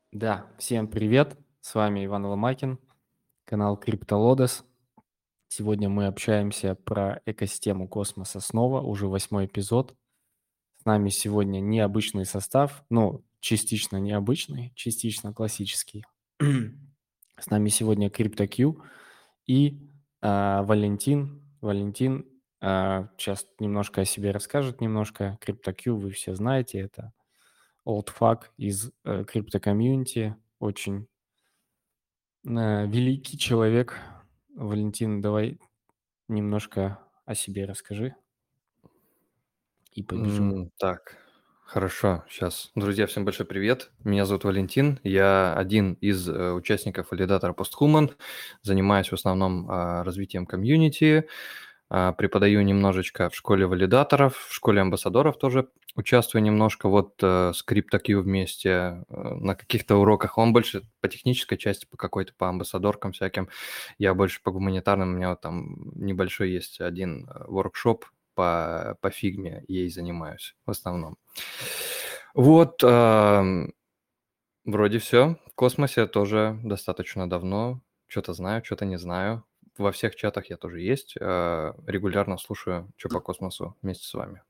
Да, всем привет! С вами Иван Ломакин, канал CryptoLodes. Сегодня мы общаемся про экосистему космоса снова, уже 8-й эпизод. С нами сегодня необычный состав, ну, частично необычный, частично классический. С нами сегодня CryptoQ и Валентин. Валентин сейчас немножко о себе расскажет немножко. CryptoQ вы все знаете, это олдфак из крипто-комьюнити, очень великий человек. Валентин, давай немножко о себе расскажи и побежим. Так, хорошо. Сейчас, друзья, всем большой привет. Меня зовут Валентин. Я один из участников валидатора Posthuman. Занимаюсь в основном развитием комьюнити. Преподаю немножечко в школе валидаторов, в школе амбассадоров тоже участвую немножко. Вот с CryptoQ вместе на каких-то уроках. Он больше по технической части, по какой-то, по амбассадоркам всяким. Я больше по гуманитарным. У меня вот там небольшой есть один воркшоп по фигме, ей занимаюсь в основном. Вот, вроде все. В космосе тоже достаточно давно. Что-то знаю, что-то не знаю. Во всех чатах я тоже есть. Регулярно слушаю, что по космосу вместе с вами.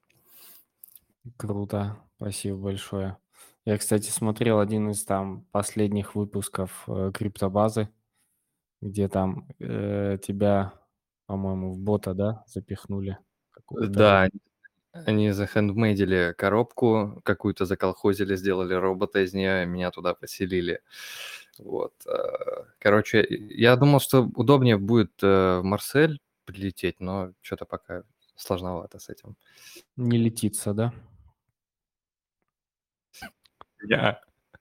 Круто, спасибо большое. Я, кстати, смотрел один из там последних выпусков криптобазы, где там тебя, по-моему, в бота, да, запихнули какого-то Да, они захендмейдили коробку, какую-то заколхозили, сделали робота из нее, меня туда поселили. Вот. Короче, я думал, что удобнее будет в Марсель прилететь, но что-то пока сложновато с этим. не летится, да? Я.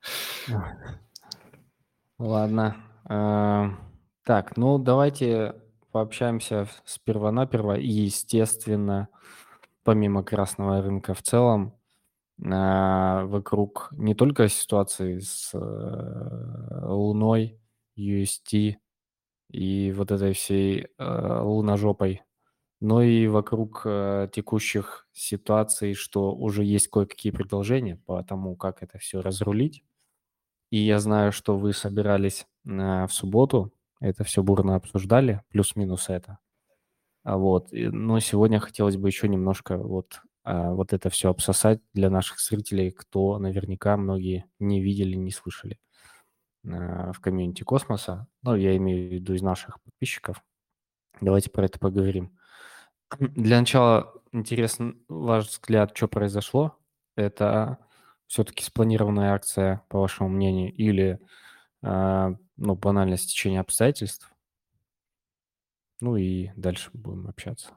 Ладно. Так, ну давайте пообщаемся сперва-наперво. И, естественно, помимо красного рынка в целом, вокруг не только ситуации с Луной, UST и вот этой всей луножопой, но и вокруг текущих ситуаций, что уже есть кое-какие предложения по тому, как это все разрулить. И я знаю, что вы собирались в субботу, это все бурно обсуждали, плюс-минус это. Но сегодня хотелось бы еще немножко вот это все обсосать для наших зрителей, кто наверняка многие не видели, не слышали в комьюнити космоса. Ну, я имею в виду из наших подписчиков. Давайте про это поговорим. Для начала интересен ваш взгляд, что произошло. Это все-таки спланированная акция, по вашему мнению, или ну, банальное стечение обстоятельств? Ну и дальше будем общаться.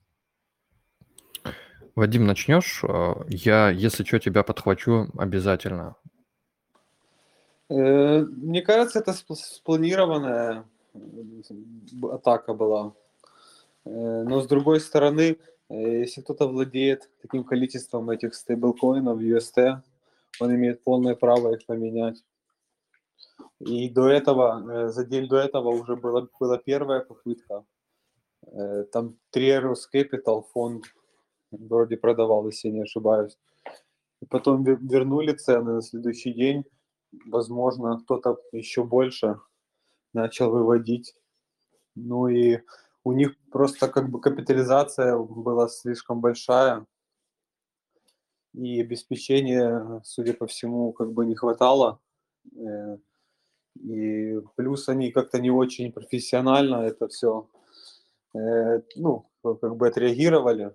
Вадим, начнешь? Я, если что, тебя подхвачу обязательно. Мне кажется, это спланированная атака была. Но с другой стороны, если кто-то владеет таким количеством этих стейблкоинов UST, он имеет полное право их поменять. И до этого, за день до этого уже была первая попытка. Там Trierus Capital фонд вроде продавал, если я не ошибаюсь. И потом вернули цены на следующий день. Возможно, кто-то еще больше начал выводить. Ну и у них просто как бы капитализация была слишком большая, и обеспечения, судя по всему, как бы не хватало. Э, И плюс они как-то не очень профессионально это все, ну, как бы отреагировали,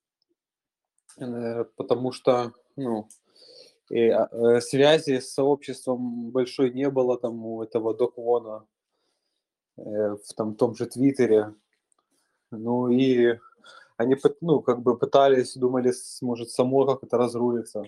потому что, ну, связи с сообществом большой не было там у этого Док в там том же Твиттере. Ну и они ну, как бы пытались, думали, может, само как это разрулится.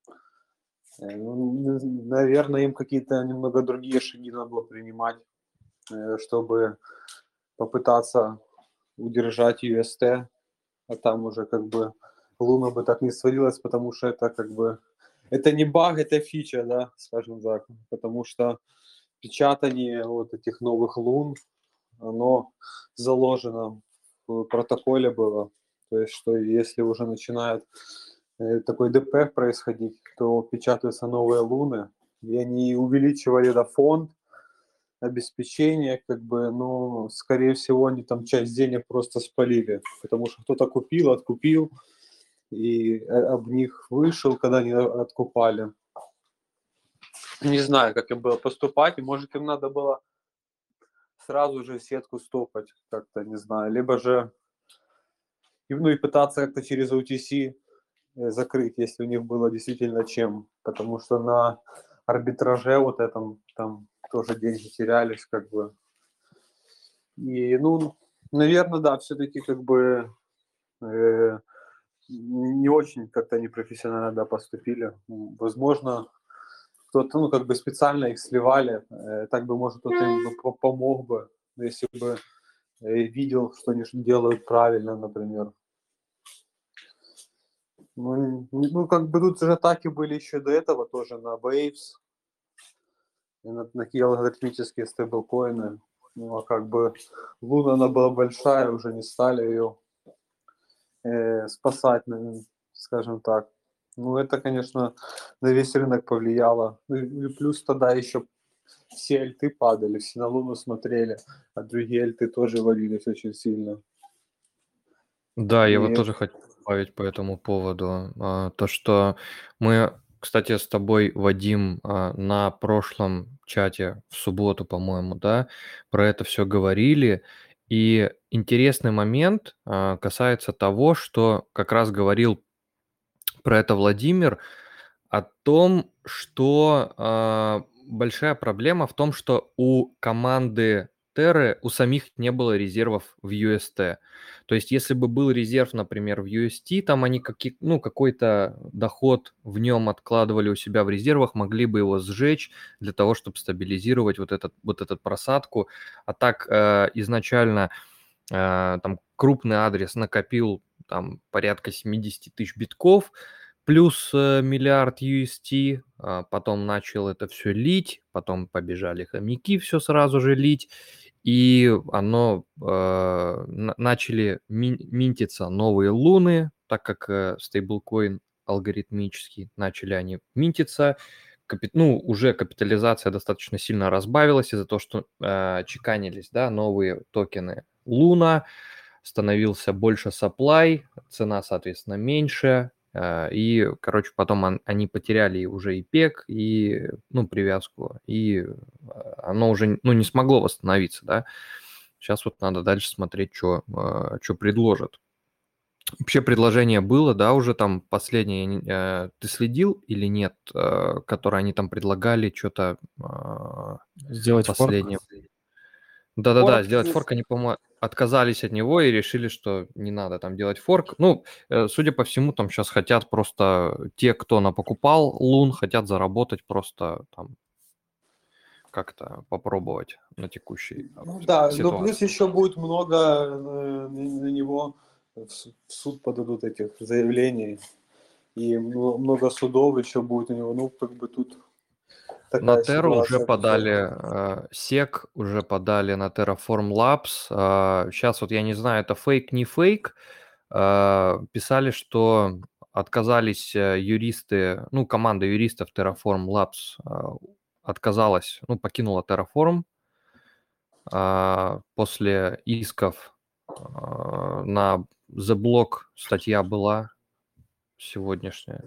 Ну, наверное, им какие-то немного другие шаги надо было принимать, чтобы попытаться удержать UST, а там уже как бы Луна бы так не свалилась, потому что это как бы это не баг, это фича, да, скажем так, потому что печатание вот этих новых лун, оно заложено в протоколе было. То есть, что если уже начинает такой ДП происходить, то печатаются новые луны, и они увеличивали фонд обеспечения, как бы, но, скорее всего, они там часть денег просто спалили, потому что кто-то купил, откупил, и об них вышел, когда они откупали. Не знаю, как им было поступать, и может им надо было сразу же сетку стопать как-то, не знаю, либо же и пытаться как-то через OTC закрыть, если у них было действительно чем, потому что на арбитраже вот этом там тоже деньги терялись, как бы. И, ну, наверное, да, все-таки как бы не очень как-то непрофессионально, да, поступили. Возможно, кто-то, ну, как бы специально их сливали, так бы, может, кто-то им помог бы, если бы видел, что они делают правильно, например. Ну, как бы тут же атаки были еще до этого тоже на Waves, и на такие алгоритмические стейблкоины. Ну, а как бы Луна, она была большая, уже не стали ее спасать, скажем так. Ну, это, конечно, на весь рынок повлияло. Ну, и плюс тогда еще все альты падали, все на Луну смотрели, а другие альты тоже валились очень сильно. Да, я вот И тоже хотел добавить по этому поводу. То, что мы, кстати, с тобой, Вадим, на прошлом чате в субботу, по-моему, да, про это все говорили. И интересный момент касается того, что как раз говорил про это Владимир, о том, что большая проблема в том, что у команды Terra у самих не было резервов в UST. То есть, если бы был резерв, например, в UST, там они какой-то доход в нем откладывали у себя в резервах, могли бы его сжечь для того, чтобы стабилизировать вот этот просадку. А так изначально там крупный адрес накопил там порядка 70 тысяч битков, плюс миллиард UST, потом начал это все лить, потом побежали хомяки все сразу же лить, и оно начали минтиться новые луны, так как стейблкоин алгоритмический, начали они минтиться, уже капитализация достаточно сильно разбавилась из-за того, что чеканились, да, новые токены Луна, становился больше supply, цена, соответственно, меньше, и, короче, потом они потеряли уже и пек, и, привязку, и оно уже, не смогло восстановиться, да. Сейчас вот надо дальше смотреть, что предложат. Вообще предложение было, да, уже там последнее, ты следил или нет, которое они там предлагали, что-то Сделать форк. последнее. Да-да-да, форк, сделать форк, они, по-моему, отказались от него и решили, что не надо там делать форк. Ну, судя по всему, там сейчас хотят просто те, кто напокупал лун, хотят заработать просто там как-то попробовать на текущей ну да, но плюс ситуации. еще будет много на него в суд подадут этих заявлений, и много судов еще будет у него, ну, как бы тут На такая Terra уже ситуация подали высокая. SEC, уже подали на Terraform Labs. Сейчас вот я не знаю, это фейк, не фейк. Писали, что отказались юристы, команда юристов Terraform Labs отказалась, покинула Terraform после исков на The Block статья была сегодняшняя.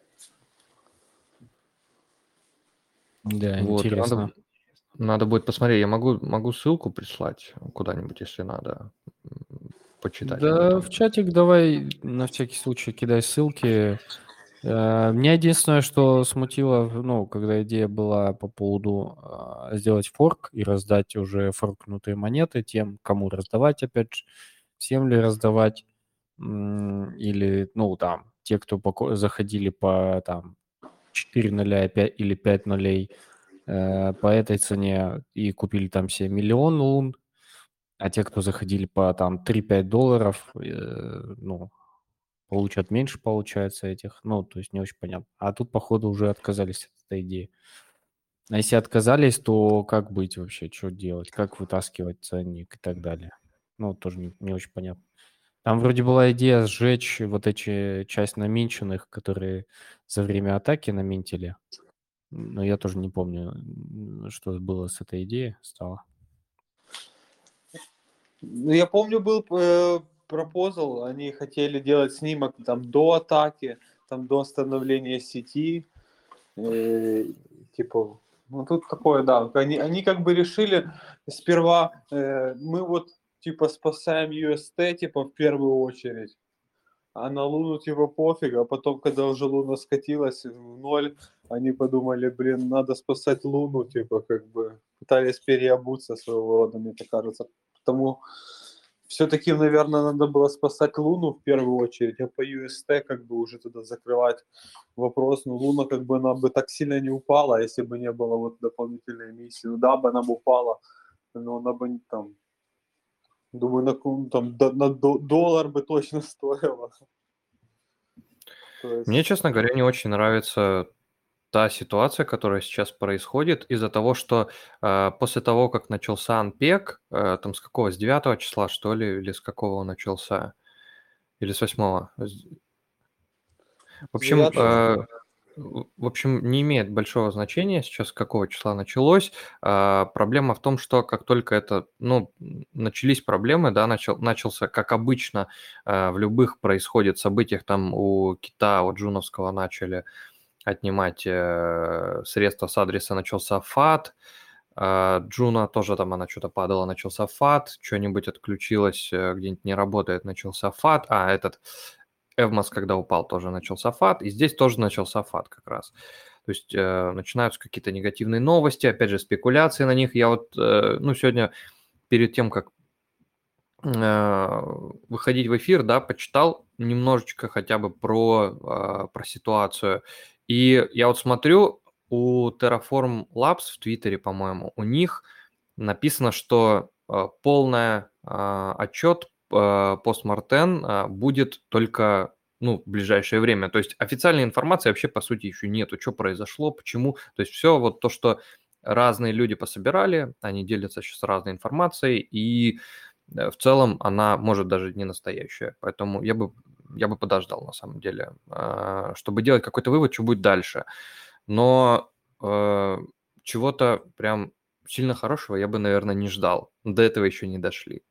Да, Вот, и интересно. надо будет посмотреть. Я могу ссылку прислать куда-нибудь, если надо почитать об Да, этом. в чатик давай на всякий случай кидай ссылки. Меня единственное, что смутило, ну, когда идея была по поводу сделать форк и раздать уже форкнутые монеты тем, кому раздавать, опять же, всем ли раздавать, или, ну, там, те, кто заходили по, там, 4 нуля 5, или 5 нулей по этой цене и купили там себе миллион лун, а те, кто заходили по, там, 3-5 долларов, ну, получат меньше, получается, этих. Ну, то есть не очень понятно. А тут, походу, уже отказались от этой идеи. А если отказались, то как быть вообще? Что делать? Как вытаскивать ценник и так далее? Ну, тоже не очень понятно. Там вроде была идея сжечь вот эти часть наминченных, которые за время атаки наминтили. Но я тоже не помню, что было с этой идеей стало. Ну, я помню, был пропозал, они хотели делать снимок там до атаки, там до становления сети, э, типа, ну тут такое, да, они как бы решили сперва, мы вот типа спасаем UST, типа в первую очередь, а на Луну типа пофиг, а потом, когда уже Луна скатилась в ноль, они подумали, блин, надо спасать Луну, типа как бы пытались переобуться своего рода, мне так кажется. Потому все-таки, наверное, надо было спасать Луну в первую очередь, а по UST как бы уже туда закрывать вопрос. Ну, Луна как бы она бы так сильно не упала, если бы не было вот дополнительной миссии. Ну да, бы она бы упала, но она бы там, думаю, там доллар бы точно стоила. То Мне, есть, честно говоря, не очень нравится та ситуация, которая сейчас происходит из-за того, что после того, как начался Анпек, там с какого, с 9 числа, что ли, или с какого он начался, или с 8? В с общем, 9. в общем, не имеет большого значения сейчас, с какого числа началось. Проблема в том, что как только это, ну, начались проблемы, да, начался, как обычно, в любых происходит событиях, там у Кита, у Джуновского начали отнимать средства с адреса, начался ФАТ, Джуна тоже там она что-то падала, начался ФАТ, что-нибудь отключилось, где-нибудь не работает, начался ФАТ, этот Эвмос, когда упал, тоже начался ФАТ, и здесь тоже начался ФАТ как раз. То есть начинаются какие-то негативные новости, опять же, спекуляции на них. Я вот, ну, сегодня перед тем, как выходить в эфир, да, почитал немножечко хотя бы про ситуацию. И я вот смотрю, у Terraform Labs в Твиттере, по-моему, у них написано, что полный отчет постмортен будет только, ну, в ближайшее время. То есть официальной информации вообще, по сути, еще нету. Что произошло, почему. То есть все вот то, что разные люди пособирали, они делятся сейчас разной информацией, и в целом она может даже не настоящая. Поэтому я бы подождал, на самом деле, чтобы делать какой-то вывод, что будет дальше. Но чего-то прям сильно хорошего я бы, наверное, не ждал. До этого еще не дошли.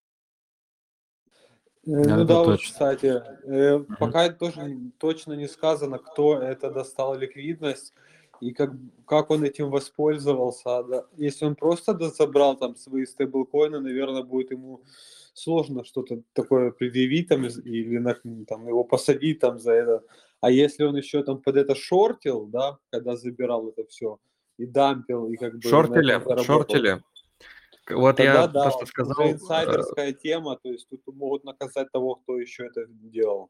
Ну Это да, вот, точно. кстати, Мгм. пока тоже точно не сказано, кто это достал ликвидность и как он этим воспользовался. Да. Если он просто забрал там свои стейблкоины, наверное, будет ему сложно что-то такое предъявить там, или там, его посадить там за это. А если он еще там под это шортил, да, когда забирал это все и дампил, и как бы на этом Шортили, заработал, шортили. Вот я тогда да, то, что уже сказал, инсайдерская тема, то есть тут могут наказать того, кто еще это делал.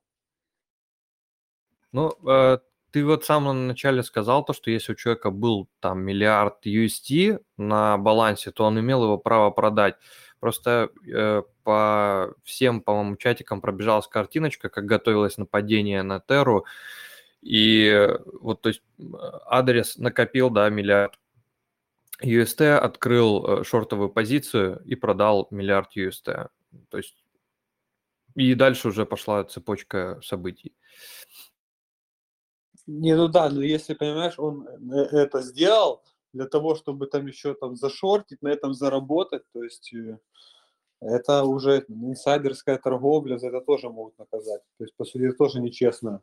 ну, ты вот в самом начале сказал то, что если у человека был там миллиард UST на балансе, то он имел его право продать. Просто по всем, по-моему, чатикам пробежалась картиночка, как готовилось нападение на Терру, и вот, то есть, адрес накопил, да, миллиард UST, открыл шортовую позицию и продал миллиард UST. То есть, и дальше уже пошла цепочка событий. Не, ну да, но если, понимаешь, он это сделал для того, чтобы там еще там зашортить, на этом заработать, то есть это уже инсайдерская торговля, за это тоже могут наказать. То есть, по сути, это тоже нечестно.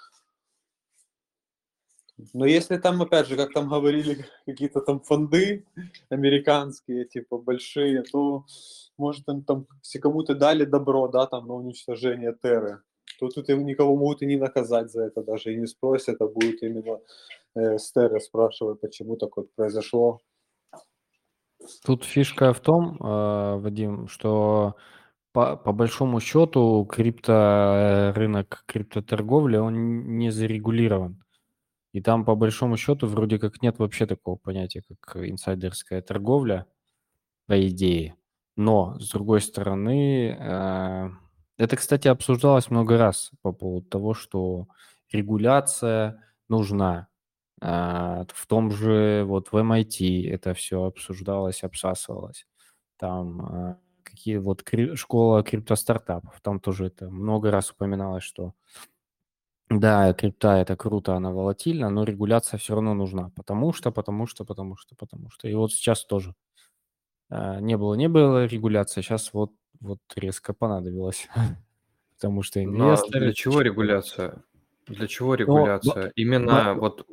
Но если там, опять же, как там говорили, какие-то там фонды американские, типа большие, то, может, там если кому-то дали добро, да, там на уничтожение Терры, то тут никого могут и не наказать за это даже, и не спросят, а будут именно с Терры спрашивать, почему так вот произошло. Тут фишка в том, Вадим, что по большому счету рынок криптоторговли, он не зарегулирован. И там по большому счету вроде как нет вообще такого понятия, как инсайдерская торговля, по идее. Но, с другой стороны, это, кстати, обсуждалось много раз по поводу того, что регуляция нужна. В том же вот в MIT это все обсуждалось, обсасывалось. Там какие вот школа криптостартапов, там тоже это много раз упоминалось, что Да, крипта это круто, она волатильна, но регуляция все равно нужна, потому что. И вот сейчас тоже не было регуляции, сейчас вот резко понадобилось, потому что Но инвесторы для чего считают. регуляция? Для чего Но регуляция? б Именно вот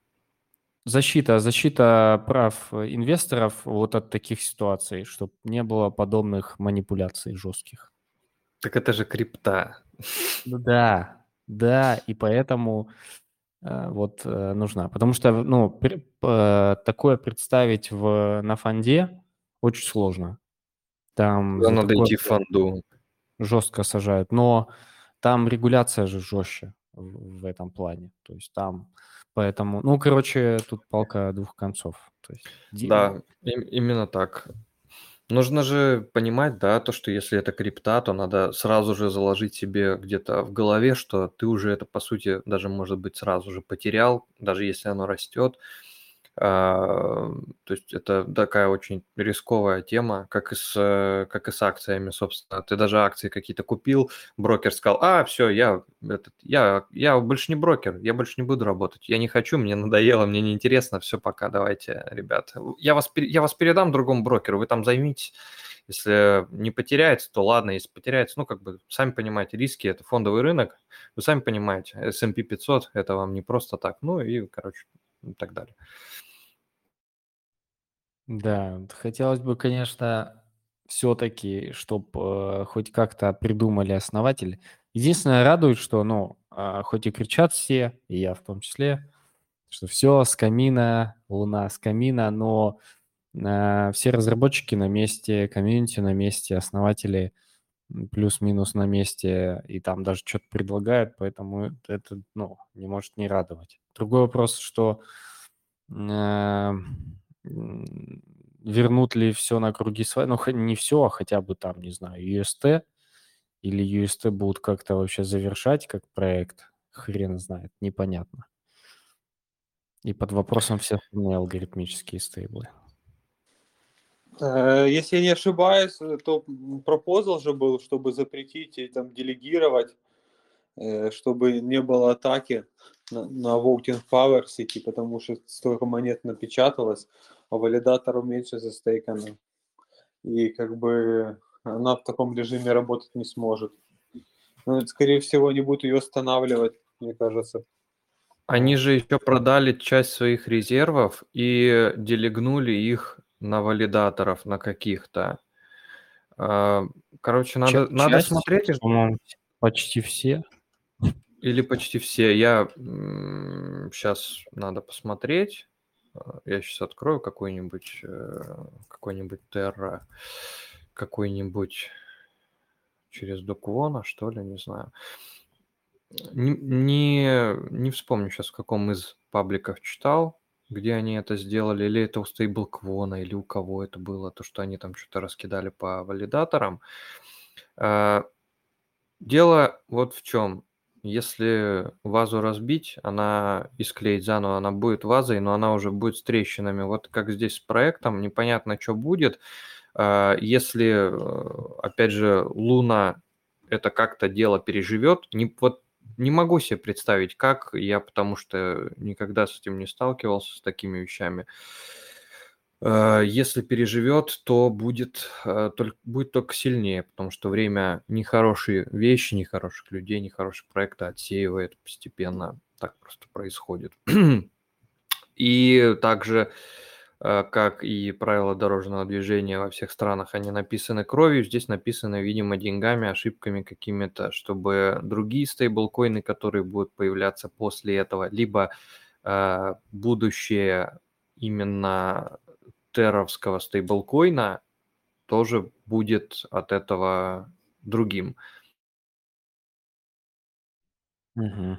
защита прав инвесторов вот от таких ситуаций, чтобы не было подобных манипуляций жестких. так это же крипта. Ну да, и поэтому нужна. Потому что, ну, такое представить на фонде очень сложно. Там Туда за надо такое идти в фонду. жестко сажают, но там регуляция же жестче в этом плане. То есть там, поэтому, ну, короче, тут палка о двух концов. То есть, Да, именно так. Нужно же понимать, да, то, что если это крипта, то надо сразу же заложить себе где-то в голове, что ты уже это, по сути, даже, может быть, сразу же потерял, даже если оно растет. То есть это такая очень рисковая тема, как и с акциями, собственно. Ты даже акции какие-то купил, брокер сказал, все, я больше не брокер, я больше не буду работать, я не хочу, мне надоело, мне неинтересно, все, пока, давайте, ребят. Я вас передам другому брокеру, вы там займитесь. Если не потеряется, то ладно, если потеряется, ну, как бы, сами понимаете, риски – это фондовый рынок, вы сами понимаете, S&P 500 – это вам не просто так, ну, и, короче, и так далее. Да, вот хотелось бы, конечно, все-таки, чтобы хоть как-то придумали основатели. Единственное, радует, что, ну, хоть и кричат все, и я в том числе, что все с камина, луна с камина, но все разработчики на месте, комьюнити на месте, основатели плюс-минус на месте, и там даже что-то предлагают, поэтому это, ну, не может не радовать. Другой вопрос, что э, вернут ли все на круги своя, ну, не все, а хотя бы там, не знаю, UST, или UST будут как-то вообще завершать как проект, хрен знает, непонятно. И под вопросом все остальные алгоритмические стейблы. Если я не ошибаюсь, то пропозал же был, чтобы запретить и там делегировать, чтобы не было атаки на voting power сети, потому что столько монет напечаталось, а валидатору меньше застейкано. И как бы она в таком режиме работать не сможет. Ну, скорее всего, они будут ее останавливать, мне кажется. Они же еще продали часть своих резервов и делегнули их на валидаторов, на каких-то. Короче, надо Часть, смотреть, по-моему, почти все. или почти все. Я сейчас надо посмотреть. Я сейчас открою какой-нибудь Terra, какой-нибудь через Дуквона, что ли, не знаю. Не вспомню сейчас, в каком из пабликов читал, где они это сделали, или это у стейблквона, или у кого это было, то, что они там что-то раскидали по валидаторам. Дело вот в чем. Если вазу разбить, она и склеить заново, она будет вазой, но она уже будет с трещинами. Вот как здесь с проектом, непонятно, что будет. Если, опять же, Луна это как-то дело переживет, вот не могу себе представить, как я, потому что никогда с этим не сталкивался, с такими вещами. Если переживет, то будет только сильнее, потому что время нехорошие вещи, нехороших людей, нехорошие проекты отсеивает постепенно. Так просто происходит. И также, как и правила дорожного движения во всех странах, они написаны кровью, здесь написаны, видимо, деньгами, ошибками какими-то, чтобы другие стейблкоины, которые будут появляться после этого, либо будущее именно теровского стейблкоина тоже будет от этого другим. Мгм.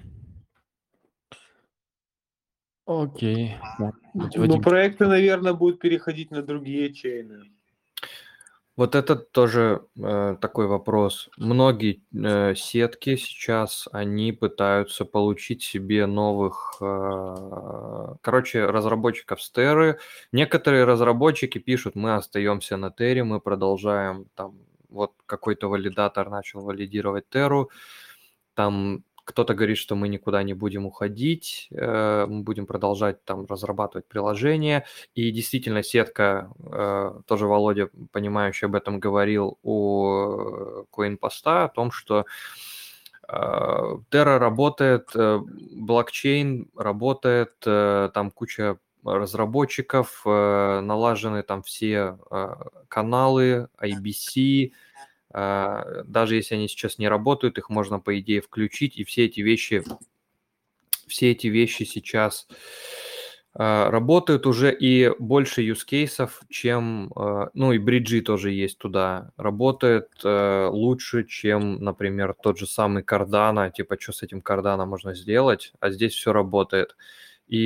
Окей. Да. Но Вадим, проекты, наверное, будут переходить на другие чейны. Вот это тоже такой вопрос. Многие сетки сейчас, они пытаются получить себе новых, короче, разработчиков с Терры. Некоторые разработчики пишут, мы остаемся на Терре, мы продолжаем, там, вот какой-то валидатор начал валидировать Терру, там Кто-то говорит, что мы никуда не будем уходить, мы будем продолжать там разрабатывать приложение. И действительно, сетка, тоже Володя, понимающий об этом, говорил у CoinPost о том, что Terra работает, блокчейн работает, там куча разработчиков, налажены там все каналы, IBC, даже если они сейчас не работают, их можно, по идее, включить, и все эти вещи сейчас работают уже, и больше use кейсов, чем, ну и бриджи тоже есть туда, работает лучше, чем, например, тот же самый Cardano, типа, что с этим Cardano можно сделать, а здесь все работает. И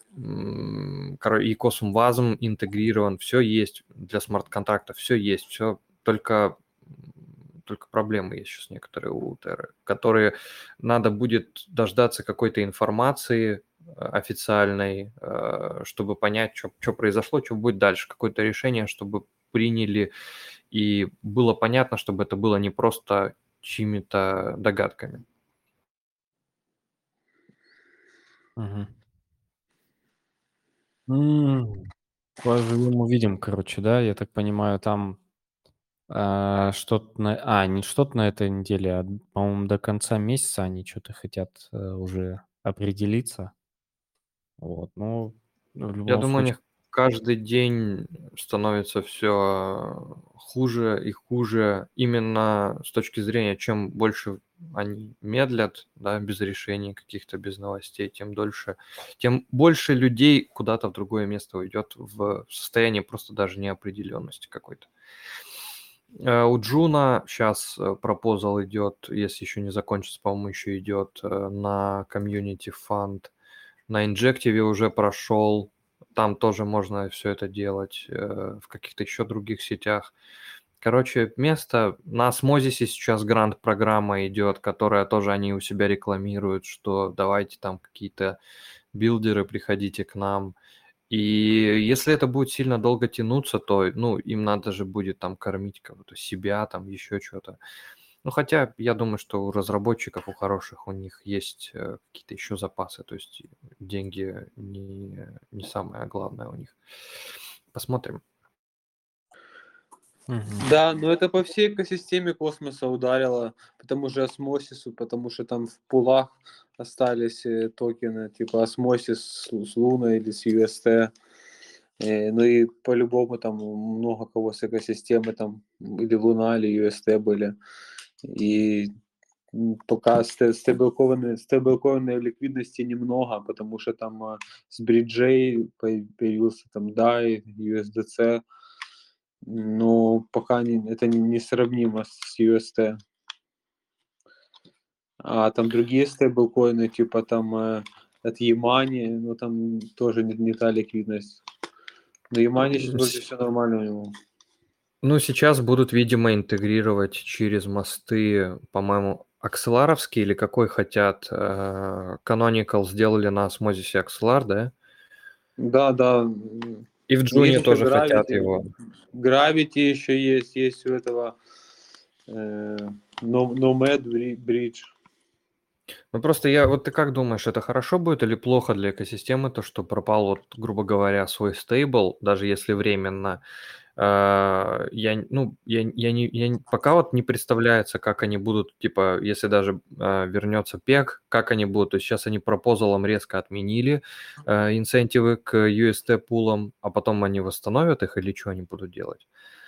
Cosm Wasm интегрирован, все есть для смарт-контрактов, все есть, все только проблемы есть сейчас некоторые у Terra, которые надо будет дождаться какой-то информации официальной, чтобы понять, что произошло, что будет дальше, какое-то решение, чтобы приняли, и было понятно, чтобы это было не просто чьими-то догадками. Мгм. Поживем, увидим, короче, да? Я так понимаю, там что-то не что-то на этой неделе, а, по-моему, до конца месяца они что-то хотят уже определиться. Вот, ну, в Я любом думаю, у случае. них каждый день становится все хуже и хуже именно с точки зрения, чем больше они медлят, да, без решений каких-то, без новостей, тем больше людей куда-то в другое место уйдет в состояние просто даже неопределенности какой-то. У Джуна сейчас пропозал идет, если еще не закончится, по-моему, еще идет на Community Fund. На Инжективе уже прошел, там тоже можно все это делать, в каких-то еще других сетях. Короче, место на Осмозисе сейчас грант-программа идет, которая тоже они у себя рекламируют, что давайте там какие-то билдеры, приходите к нам. И если это будет сильно долго тянуться, то, ну, им надо же будет там кормить кого-то, себя, там еще что-то. Ну, хотя я думаю, что у разработчиков, у хороших, у них есть какие-то еще запасы, то есть деньги не самое главное у них. Посмотрим. Да, но это по всей экосистеме космоса ударило, потому же осмосису, потому что там в пулах остались токены типа осмосис с Луной или с UST. Ну и по-любому там много кого с экосистемы там или Луна, или UST были. И пока стейблкоинной ликвидности немного, потому что там с бриджей появился там DAI, USDC, но пока это не сравнимо с UST. А там другие стейблкоины, типа там от Ямани, но там тоже не та ликвидность. Но Ямани сейчас вроде все нормально у него. Ну, сейчас будут, видимо, интегрировать через мосты, по-моему, акселаровские или какой хотят. Canonical сделали на осмозисе Axelar, да? Да. И в Джуне Есть тоже еще хотят Gravity. его. Gravity еще есть у этого Nomad Bridge. Ну, просто вот ты как думаешь, это хорошо будет или плохо для экосистемы, то, что пропал, вот, грубо говоря, свой стейбл, даже если временно? Пока вот не представляется, как они будут, типа, если даже вернется пек, как они будут. То есть сейчас они пропозалом резко отменили инцентивы к UST пулам, а потом они восстановят их или что они будут делать?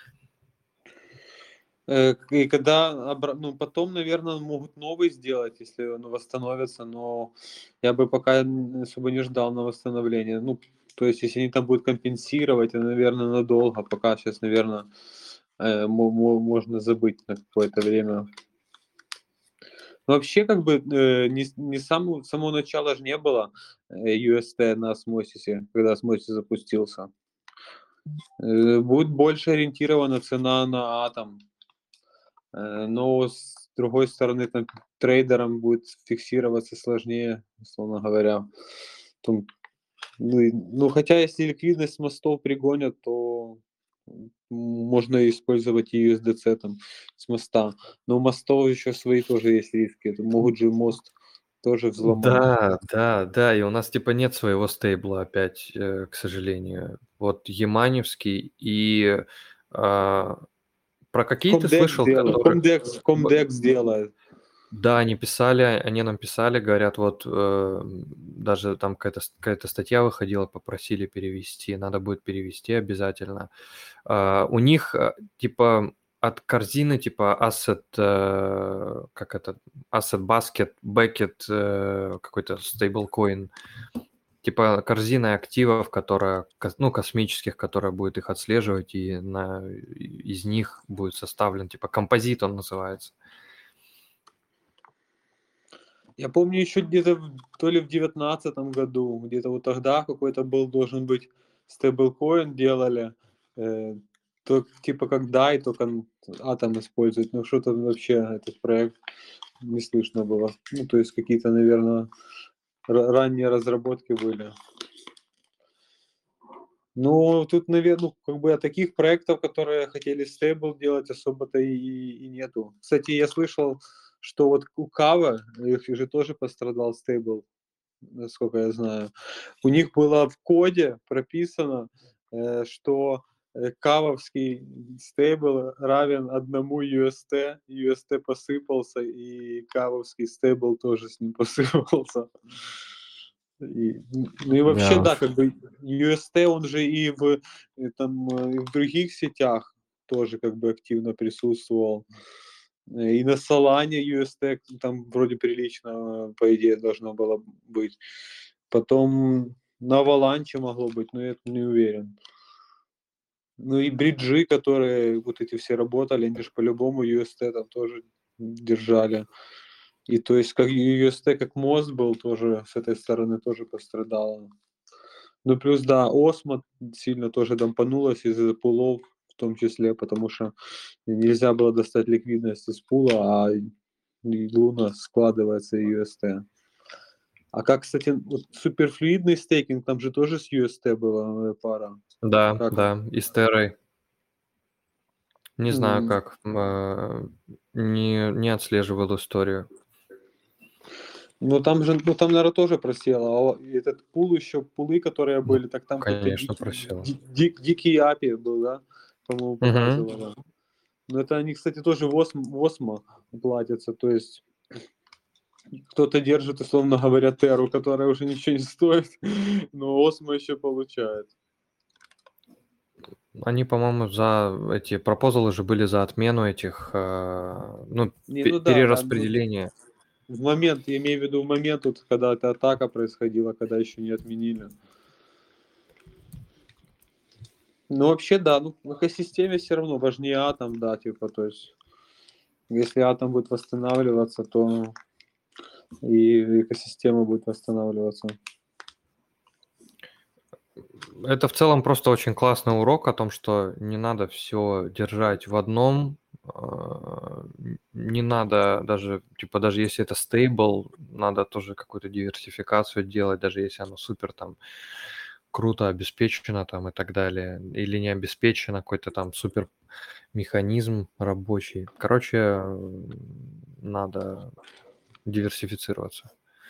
И когда, потом, наверное, могут новый сделать, если он восстановится, но я бы пока особо не ждал на восстановление. Ну, то есть, если они там будут компенсировать, это, наверное, надолго. Пока сейчас, наверное, можно забыть на какое-то время. Но вообще, как бы, с самого начала же не было UST на осмосисе, когда осмосис запустился. Будет больше ориентирована цена на атом. Но с другой стороны, там трейдерам будет фиксироваться сложнее, условно говоря. Хотя если ликвидность мостов пригонят, то можно использовать и USDC там с моста. Но у мостов еще свои тоже есть риски. Это могут же мост тоже взломали. Да, и у нас типа нет своего стейбла опять, к сожалению. Вот Яманевский и про какие ты Comdex слышал, делает. которые... Comdex делает. Да, они нам писали, говорят, вот даже там какая-то статья выходила, попросили перевести, надо будет перевести обязательно. У них типа от корзины типа asset, как это, asset basket, bucket, какой-то стейблкоин, типа корзина активов, которая, ну, космических, которая будет их отслеживать, и из них будет составлен, типа композит он называется. Я помню еще где-то то ли в 19 году, где-то вот тогда какой-то должен быть стейблкоин делали, то типа как DAI, только Атом использует, но что-то вообще этот проект не слышно было. Ну, то есть какие-то, наверное, ранние разработки были. Ну, тут, наверное, ну, как бы таких проектов, которые хотели стейбл делать, особо-то и нету. Кстати, я слышал, что вот у Кава, их же тоже пострадал стейбл, насколько я знаю. У них было в коде прописано, что кавовский стейбл равен одному UST, UST посыпался, и кавовский стейбл тоже с ним посыпался. Ну и вообще, Да да, уж. как бы UST, он же и в других сетях тоже как бы активно присутствовал. И на Solana UST там вроде прилично, по идее, должно было быть. Потом на Avalanche могло быть, но я не уверен. Ну и бриджи, которые вот эти все работали, они же по-любому UST там тоже держали. И то есть как UST, как мост был, тоже с этой стороны тоже пострадало. Ну плюс, да, Осмо сильно тоже дампанулась из-за пулов, в том числе, потому что нельзя было достать ликвидность из пула, а Луна складывается и UST. А как, кстати, вот суперфлюидный стейкинг, там же тоже с UST была пара. Да, Как? и с Террой. Не знаю М. как, не отслеживал историю. Ну там же, ну там, наверное, тоже просело. А этот пул еще, пулы, которые Ну, были, так там какой-то конечно, просел. дикий API был, да? По-моему, показывало. Но это они, кстати, тоже в Осмо платятся, то есть кто-то держит, условно говоря, Терру, которая уже ничего не стоит, но Осмо еще получает. Они, по-моему, за эти пропозалы же были за отмену этих, ну, Не, ну да, перераспределения. в момент, я имею в виду в момент, вот, когда эта атака происходила, когда еще не отменили. Ну, вообще, да, ну, в экосистеме все равно важнее атом, да, типа, то есть, если атом будет восстанавливаться, то и экосистема будет восстанавливаться. Это в целом просто очень классный урок о том, что не надо все держать в одном, не надо даже, типа, даже если это стейбл, надо тоже какую-то диверсификацию делать, даже если оно супер там круто обеспечено там и так далее, или не обеспечено, какой-то там супер механизм рабочий. Короче, надо диверсифицироваться.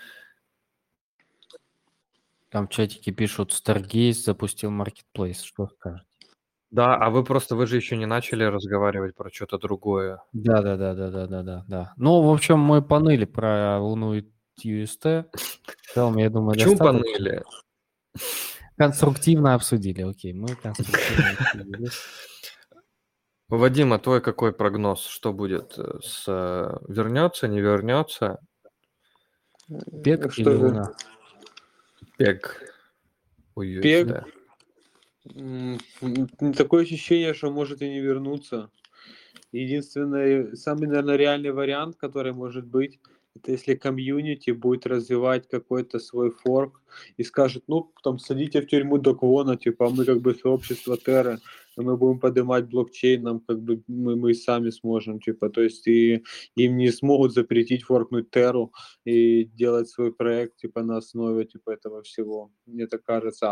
Там в чатике пишут, Stargaze запустил Marketplace. Что скажете? Да, а вы же еще не начали разговаривать про что-то другое. Да. Ну, в общем, мы поныли про Луну и UST. В целом, я думаю, Почему достаточно. поныли? Конструктивно обсудили. Окей, мы конструктивно обсудили. Вадима, твой какой прогноз? Что будет? Вернется, не вернется? Пек Что или же? Луна? Пег у Пег. USD. Такое ощущение, что может и не вернуться. Единственный, самый, наверное, реальный вариант, который может быть, это если комьюнити будет развивать какой-то свой форк и скажет, ну, там, садите в тюрьму Доквона, типа, а мы как бы сообщество Терра, и мы будем поднимать блокчейн, нам как бы мы сами сможем, типа, то есть и им не смогут запретить форкнуть Терру и делать свой проект, типа, на основе, типа, этого всего. Мне так кажется.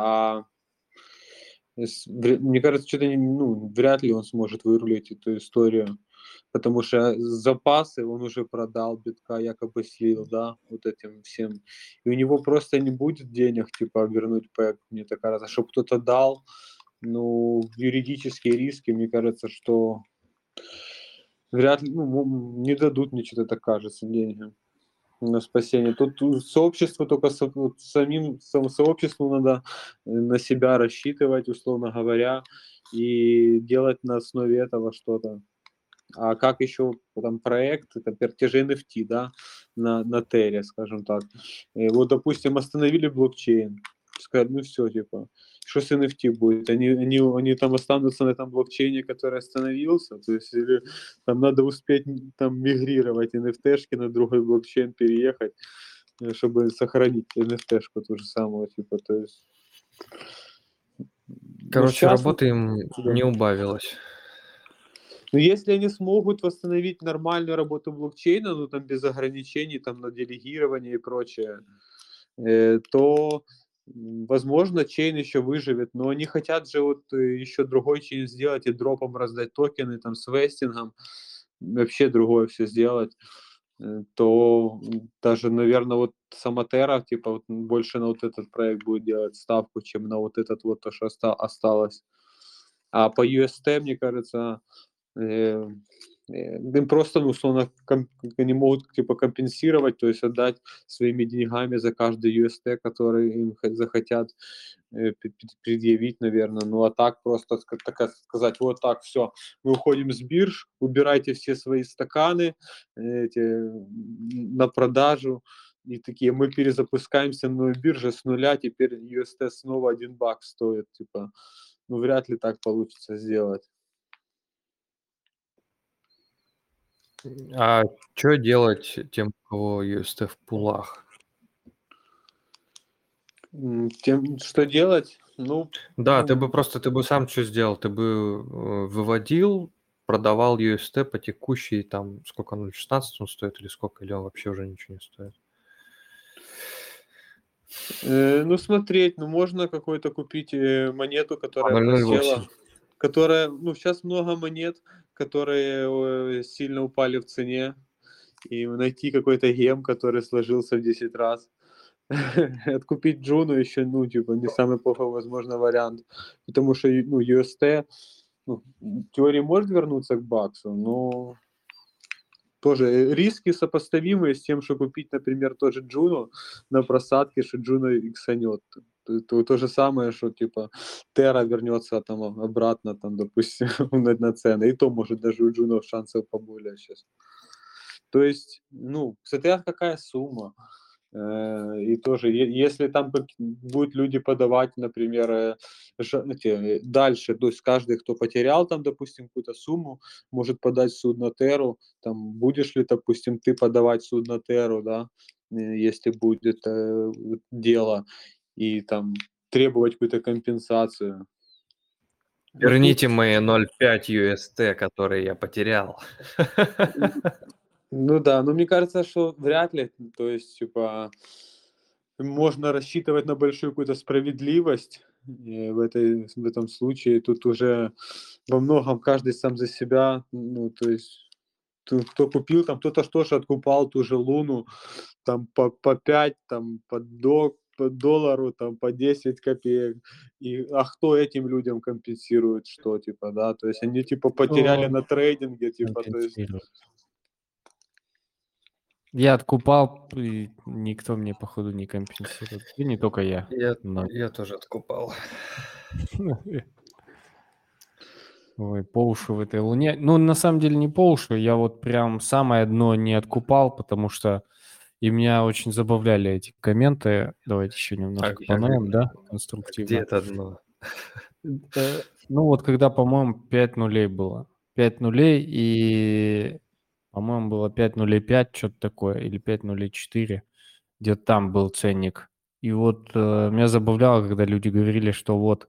Мне кажется, что-то вряд ли он сможет вырулить эту историю. потому что запасы он уже продал, битка якобы слил, да, вот этим всем. И у него просто не будет денег, типа, вернуть пэк, мне так кажется, чтобы кто-то дал. Ну, юридические риски, мне кажется, что вряд ли, не дадут мне что-то так кажется, деньги на спасение. Тут сообществу только вот самим сообществу надо на себя рассчитывать, условно говоря, и делать на основе этого что-то. А как еще там проект, это те же NFT, да, на Терре, скажем так. И вот, допустим, остановили блокчейн, сказать, ну все, типа, что с NFT будет? Они там останутся на этом блокчейне, который остановился, то есть или там надо успеть там мигрировать NFT-шки на другой блокчейн, переехать, чтобы сохранить NFT-шку ту же самую, типа, то есть... Короче, сейчас, работы им да. не убавилось. Но если они смогут восстановить нормальную работу блокчейна, ну там без ограничений там на делегирование и прочее, то возможно чейн еще выживет, но они хотят же вот еще другой чейн сделать и дропом раздать токены там с вестингом, вообще другое все сделать, то даже, наверное, вот сама Terra, типа, вот больше на вот этот проект будет делать ставку, чем на вот этот вот то, что осталось. А по UST, мне кажется, им просто, ну, условно, они могут типа компенсировать, то есть отдать своими деньгами за каждый UST, который им захотят предъявить, наверное. Ну, а так просто сказать, вот так, все, мы уходим с бирж, убирайте все свои стаканы на продажу, и такие, мы перезапускаемся на бирже с нуля, теперь UST снова $1 стоит, типа, ну, вряд ли так получится сделать. А что делать тем, у кого UST в пулах? Тем, что делать? Ну, Да, ты бы сам что сделал? Ты бы выводил, продавал UST по текущей, там, сколько 0.16 он стоит или сколько, или он вообще уже ничего не стоит? ну, смотреть, ну, можно какую-то купить монету, которая 0.08. просела, которая, ну, сейчас много монет, которые сильно упали в цене, и найти какой-то гем, который сложился в 10 раз. Откупить Джуну еще, ну, типа, не самый плохой, возможно, вариант, потому что, ну, UST, ну, в теории может вернуться к баксу, но тоже риски сопоставимые с тем, что купить, например, тоже Джуну на просадке, что Джуна иксанет. То же самое, что типа Терра вернется там обратно, там, допустим, на цены. И то, может, даже у Джунов шансов поболее сейчас. То есть, ну, смотря какая сумма. И тоже, если там будут люди подавать, например, дальше, то есть каждый, кто потерял там, допустим, какую-то сумму, может подать в суд на Терру, там, будешь ли, допустим, ты подавать в суд на Терру, да, если будет дело, и там требовать какую-то компенсацию. Верните мои 0.5 UST, которые я потерял. Ну да, но мне кажется, что вряд ли, то есть, типа, можно рассчитывать на большую какую-то справедливость в этом случае. Тут уже во многом каждый сам за себя, ну, то есть, кто купил, там кто-то что же откупал ту же Луну, там по 5, там по доллару, там по 10 копеек. А кто этим людям компенсирует что, типа, да, то есть они типа потеряли на трейдинге, типа, то есть... Компенсирует. Я откупал, и никто мне, походу, не компенсирует. И не только я. Но... Я тоже откупал. Ой, по уши в этой луне. Ну, на самом деле не по уши. Я вот прям самое дно не откупал, потому что и меня очень забавляли эти комменты. Давайте еще немножко поноем, да, конструктивно. Где это дно? Ну, вот когда, по-моему, 5 нулей было. 5 нулей и, по-моему, было 5.05, что-то такое, или 5.04. Где-то там был ценник. И вот меня забавляло, когда люди говорили, что вот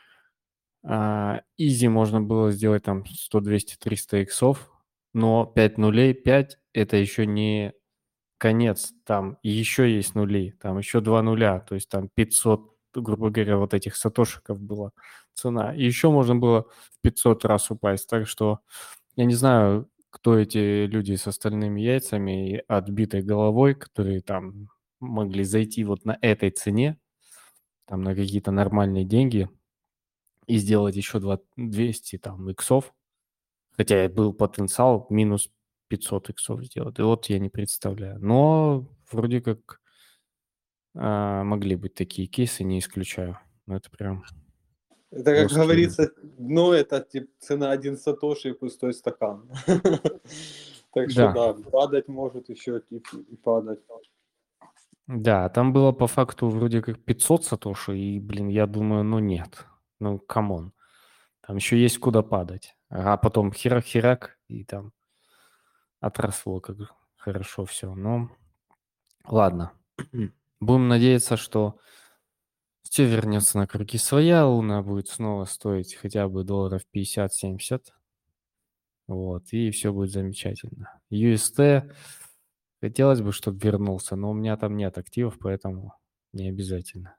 изи можно было сделать там 100, 200, 300 иксов, но 5 нулей, 5 это еще не конец, там еще есть нули, там еще 2 нуля, то есть там 500, грубо говоря, вот этих сатошиков была цена. И еще можно было в 500 раз упасть, так что я не знаю, кто эти люди с остальными яйцами и отбитой головой, которые там могли зайти вот на этой цене, там на какие-то нормальные деньги и сделать еще 200 там иксов, хотя и был потенциал минус 500 иксов сделать. И вот я не представляю. Но вроде как могли быть такие кейсы, не исключаю. Но это прям Это, как жесткие. говорится, дно это типа цена 1 сатоши и пустой стакан. Так что Да, да, падать может еще и падать. да, там было по факту вроде как 500 сатоши, и, блин, я думаю, ну нет, ну камон, там еще есть куда падать. А потом херак-херак, и там отросло как хорошо все. Но ладно, будем надеяться, что все вернется на круги своя, Луна будет снова стоить хотя бы долларов 50-70, вот, и все будет замечательно. UST хотелось бы, чтобы вернулся, но у меня там нет активов, поэтому не обязательно.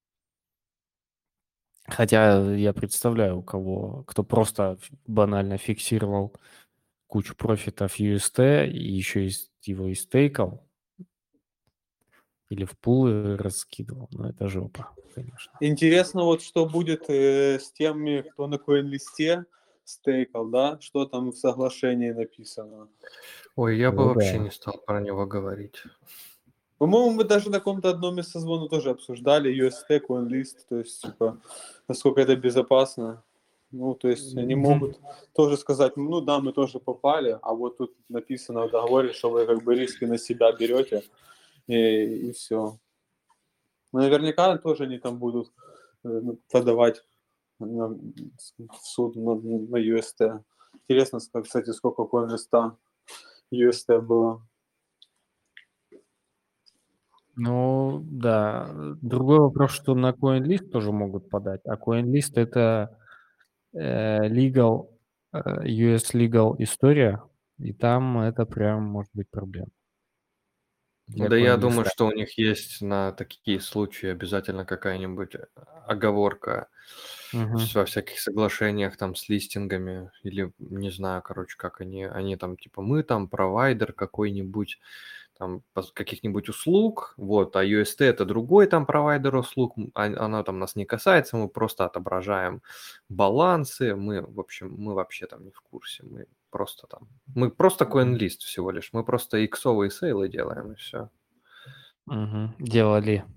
Хотя я представляю, кто просто банально фиксировал кучу профитов UST и еще его и стейкал или в пулы раскидывал. Но это жопа, конечно. Интересно, вот что будет с теми, кто на CoinList'е стейкал, да? Что там в соглашении написано? Ой, я бы О, вообще да. не стал про него говорить. По-моему, мы даже на каком-то одном из созвонов тоже обсуждали UST, CoinList, то есть, типа, насколько это безопасно. Ну, то есть, они могут тоже сказать, ну да, мы тоже попали, а вот тут написано в договоре, что вы как бы риски на себя берете, и все. Наверняка тоже они там будут подавать в суд на UST. Интересно, кстати, сколько CoinList'а UST было. Ну, да. Другой вопрос, что на CoinList тоже могут подать, а CoinList это legal, US legal история, и там это прям может быть проблема для Да я думаю, CoinList. что у них есть на такие случаи обязательно какая-нибудь оговорка во всяких соглашениях там с листингами или не знаю, короче, как они там типа мы там провайдер какой-нибудь там каких-нибудь услуг, вот, а UST это другой там провайдер услуг, она там нас не касается, мы просто отображаем балансы, в общем, мы вообще там не в курсе, мы просто CoinList всего лишь, мы просто иксовые сейлы делаем и все. Делали.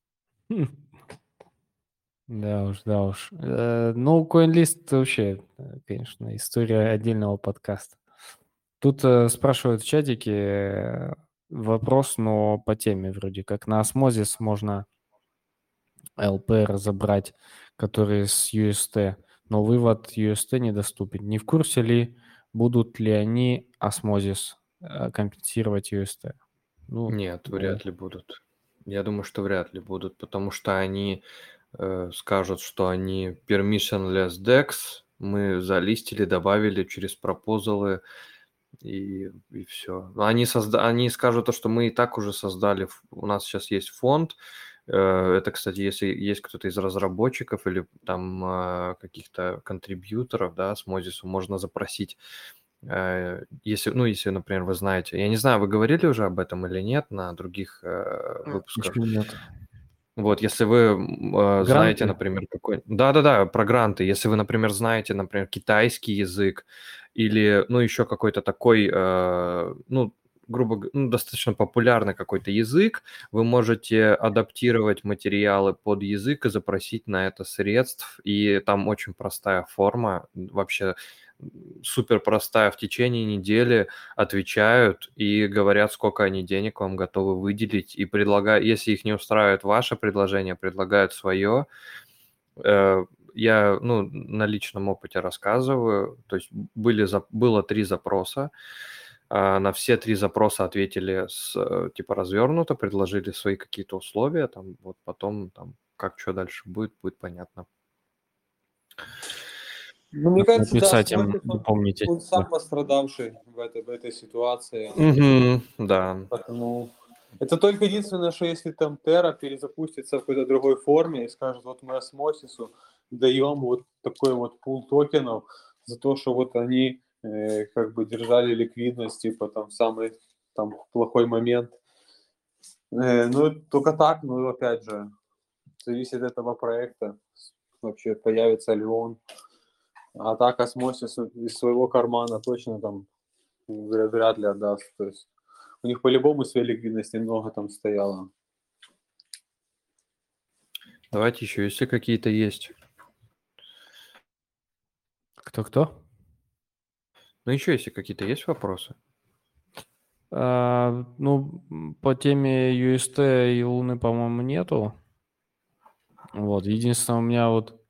Да уж, да уж. Ну, CoinList вообще, конечно, история отдельного подкаста. Тут спрашивают в чатике вопрос, но по теме вроде как. На Osmosis можно LP разобрать, которые с UST, но вывод UST недоступен. Не в курсе ли, будут ли они Osmosis компенсировать UST? Ну, Нет, вряд ли будут. Я думаю, что вряд ли будут, потому что они скажут, что они permissionless DEX, мы залистили, добавили через пропозалы и все. Они скажут то, что мы и так уже создали, у нас сейчас есть фонд. Это, кстати, если есть кто-то из разработчиков или там каких-то контрибьюторов, да, с Mozis, можно запросить. Если, например, вы знаете, я не знаю, вы говорили уже об этом или нет на других выпусках. еще нет. Вот, если вы знаете, Гранты? например, Да-да-да, про гранты. Если вы, например, знаете, например, китайский язык или, еще какой-то такой, достаточно популярный какой-то язык, вы можете адаптировать материалы под язык и запросить на это средств. И там очень простая форма, вообще супер простая. В течение недели отвечают и говорят, сколько они денег вам готовы выделить, и предлагают, если их не устраивает ваше предложение, предлагают свое. Я, на личном опыте рассказываю, то есть было 3 запроса, на все 3 запроса ответили типа развернуто, предложили свои какие-то условия, там вот потом там как что дальше будет понятно. Ну, мне кажется, да, Написать им, Смотрит, напомните. он сам пострадавший в этой ситуации. Да. Поэтому это только единственное, что если там Terra перезапустится в какой-то другой форме и скажет, вот мы Осмосису даем вот такой вот пул токенов за то, что вот они как бы держали ликвидность, типа там самый там плохой момент. Ну, только так, ну, опять же, зависит от этого проекта. Вообще появится ли он. А так осмосис из своего кармана точно там вряд ли отдаст. То есть у них по-любому своей ликвидности много там стояло. Давайте еще, если какие-то есть. Кто-кто? Ну, еще если какие-то есть вопросы. Ну, по теме UST и Луны, по-моему, нету. Вот, единственное, у меня вот,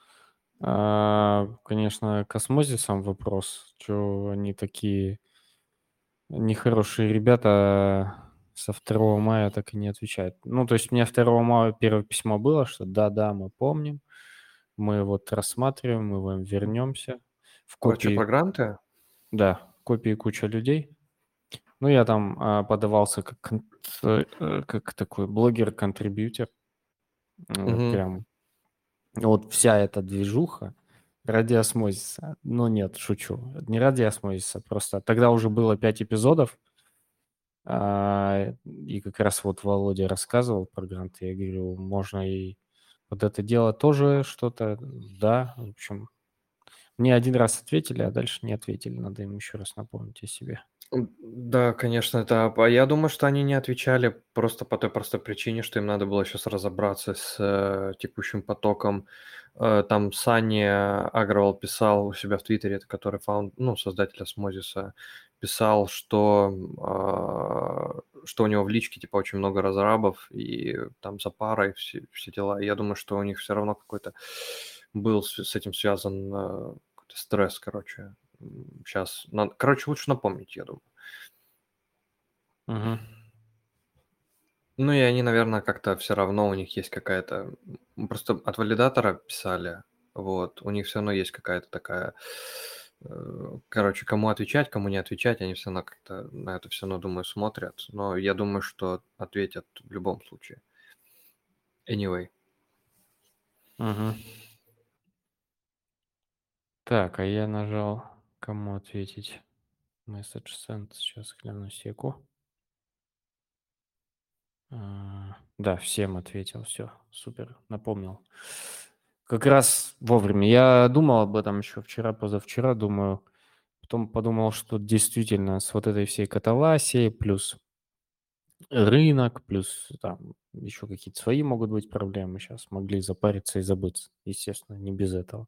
конечно, к осмозисам вопрос. Что они такие нехорошие ребята со 2 мая так и не отвечают. Ну, то есть у меня 2 мая первое письмо было, что да-да, мы помним, мы вот рассматриваем, мы вам вернемся. В У вас что, копии, про гранты? да, в копии куча людей. Ну, я там подавался как такой блогер-контрибьютор. Вот Мгм. прям вот вся эта движуха ради осмозиса. Ну, нет, шучу. Не ради осмозиса, просто тогда уже было 5 эпизодов, и как раз вот Володя рассказывал про гранты. Я говорю, можно и вот это дело тоже что-то. Да, в общем, мне один раз ответили, а дальше не ответили. Надо им еще раз напомнить о себе. Да, конечно, это. Я думаю, что они не отвечали просто по той простой причине, что им надо было сейчас разобраться с текущим потоком. Там Саня Агровал писал у себя в Твиттере, это который создатель Осмозиса, писал, что у него в личке типа очень много разрабов и там за парой все дела. И я думаю, что у них все равно какой-то был с этим связан какой-то стресс, короче. Сейчас, короче, лучше напомнить, я думаю. Угу. Ну и они, наверное, как-то все равно у них есть какая-то... Просто от валидатора писали, вот, у них все равно есть какая-то такая... Короче, кому отвечать, кому не отвечать, они все равно как-то на это все равно, думаю, смотрят. Но я думаю, что ответят в любом случае. Anyway. Угу. Так, а я нажал кому ответить. Message sent. Сейчас гляну секу. Да, всем ответил. Все, супер, напомнил. Как раз вовремя. Я думал об этом еще вчера, позавчера, думаю. Потом подумал, что действительно с вот этой всей катавасией, плюс рынок, плюс там еще какие-то свои могут быть проблемы. Сейчас могли запариться и забыться. Естественно, не без этого.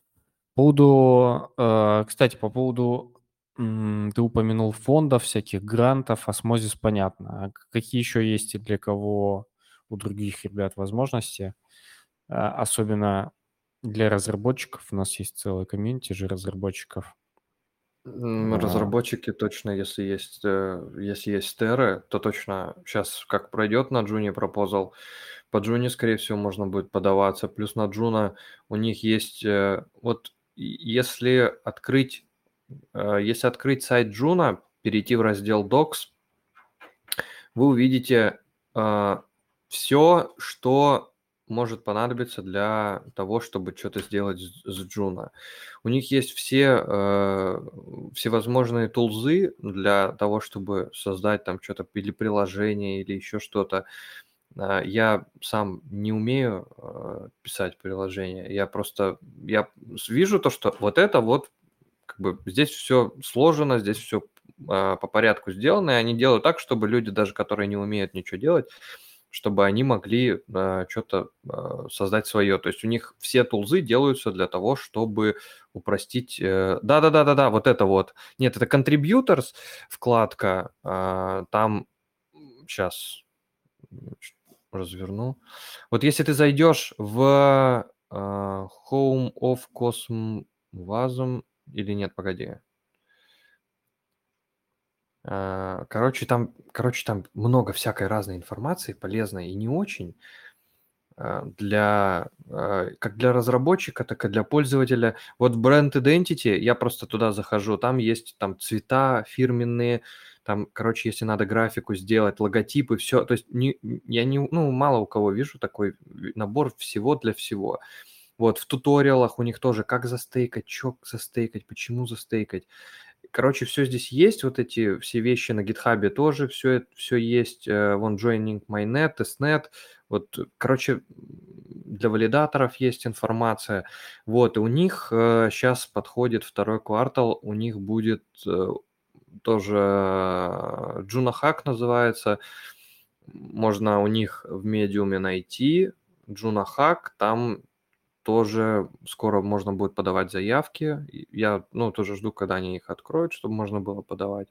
Кстати, по поводу, ты упомянул фондов, всяких грантов, осмозис, понятно. А какие еще есть и для кого у других ребят возможности? Особенно для разработчиков. У нас есть целая комьюнити же разработчиков. А, Разработчики точно, если есть теры, то точно сейчас как пройдет на Джуне пропозал, по Джуне, скорее всего, можно будет подаваться. Плюс на Джуна у них есть... Если открыть сайт Джуна, перейти в раздел Docs, вы увидите все, что может понадобиться для того, чтобы что-то сделать с Джуна. У них есть все всевозможные тулзы для того, чтобы создать там что-то или приложение, или еще что-то. Я сам не умею писать приложение. Я вижу то, что вот это вот как бы здесь все сложено, здесь все по порядку сделано, и они делают так, чтобы люди, даже которые не умеют ничего делать, чтобы они могли что-то создать свое. То есть у них все тулзы делаются для того, чтобы упростить... Да-да-да-да-да, вот это вот. Нет, это Contributors вкладка. Там сейчас разверну. Вот если ты зайдешь в Home of Cosmwasm или нет, погоди. Короче, там много всякой разной информации, полезной и не очень. Как для разработчика, так и для пользователя. Вот в Brand Identity я просто туда захожу, там есть там цвета фирменные, там, короче, если надо графику сделать, логотипы, все. То есть я мало у кого вижу такой набор всего для всего. Вот, в туториалах у них тоже, как застейкать, что застейкать, почему застейкать. Короче, все здесь есть, вот эти все вещи на гитхабе тоже, все есть, вон joining mainnet, testnet, вот, короче, для валидаторов есть информация. Вот, и у них сейчас подходит второй квартал, у них будет тоже Juno Hack называется, можно у них в медиуме найти Juno Hack, там тоже скоро можно будет подавать заявки. Я, тоже жду, когда они их откроют, чтобы можно было подавать.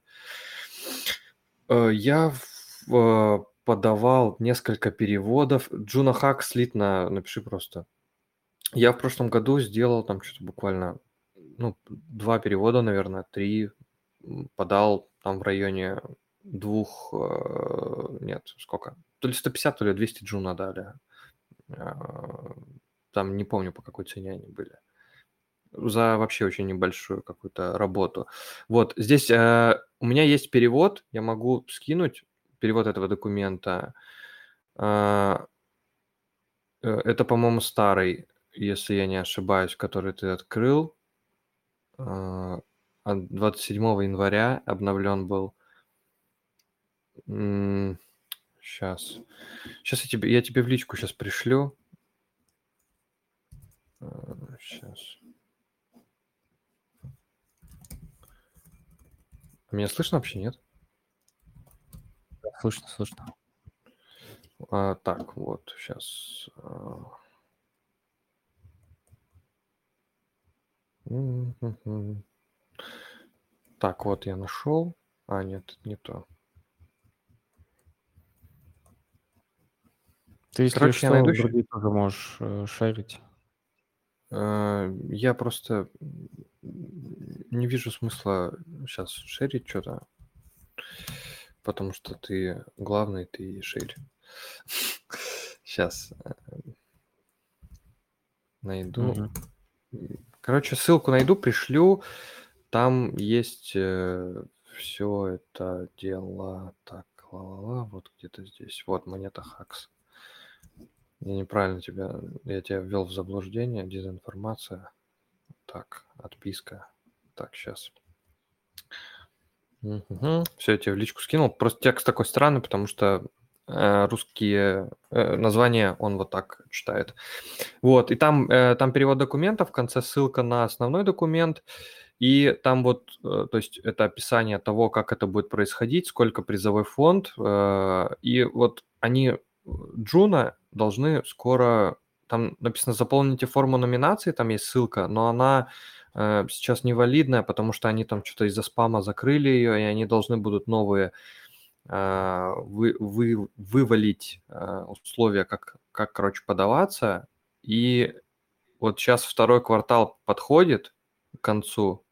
Я подавал несколько переводов. Juno Hack слитно, напиши просто. Я в прошлом году сделал там что-то буквально, 2 перевода, наверное, 3. Подал там в районе 2, нет, сколько? То ли 150, то ли 200 джуна дали. Там не помню, по какой цене они были. За вообще очень небольшую какую-то работу. Вот, здесь у меня есть перевод, я могу скинуть перевод этого документа. Это, по-моему, старый, если я не ошибаюсь, который ты открыл. От 27 января обновлен был. Сейчас. Сейчас я тебе в личку сейчас пришлю. Сейчас. Меня слышно вообще, нет? Слышно, слышно. Так, вот, сейчас. Так, вот я нашел. Нет, не то. Ты, если Короче, я что, найду другие тоже можешь шерить. Я просто не вижу смысла сейчас шерить что-то, потому что ты главный, ты шерь. Сейчас найду. Мгм. Короче, ссылку найду, пришлю. Там есть все это дело. Так, вот где-то здесь. Вот монета Хакс. Я неправильно я тебя ввел в заблуждение, дезинформация. Так, отписка. Так, сейчас. Все, я тебе в личку скинул. Просто текст такой странный, потому что русские названия он вот так читает. Вот, и там перевод документов, в конце ссылка на основной документ, и там вот, то есть это описание того, как это будет происходить, сколько призовой фонд, и вот они, Джуна, должны скоро, там написано «заполните форму номинации», там есть ссылка, но она сейчас невалидная, потому что они там что-то из-за спама закрыли ее, и они должны будут новые вывалить условия, как, короче, подаваться. И вот сейчас второй квартал подходит к концу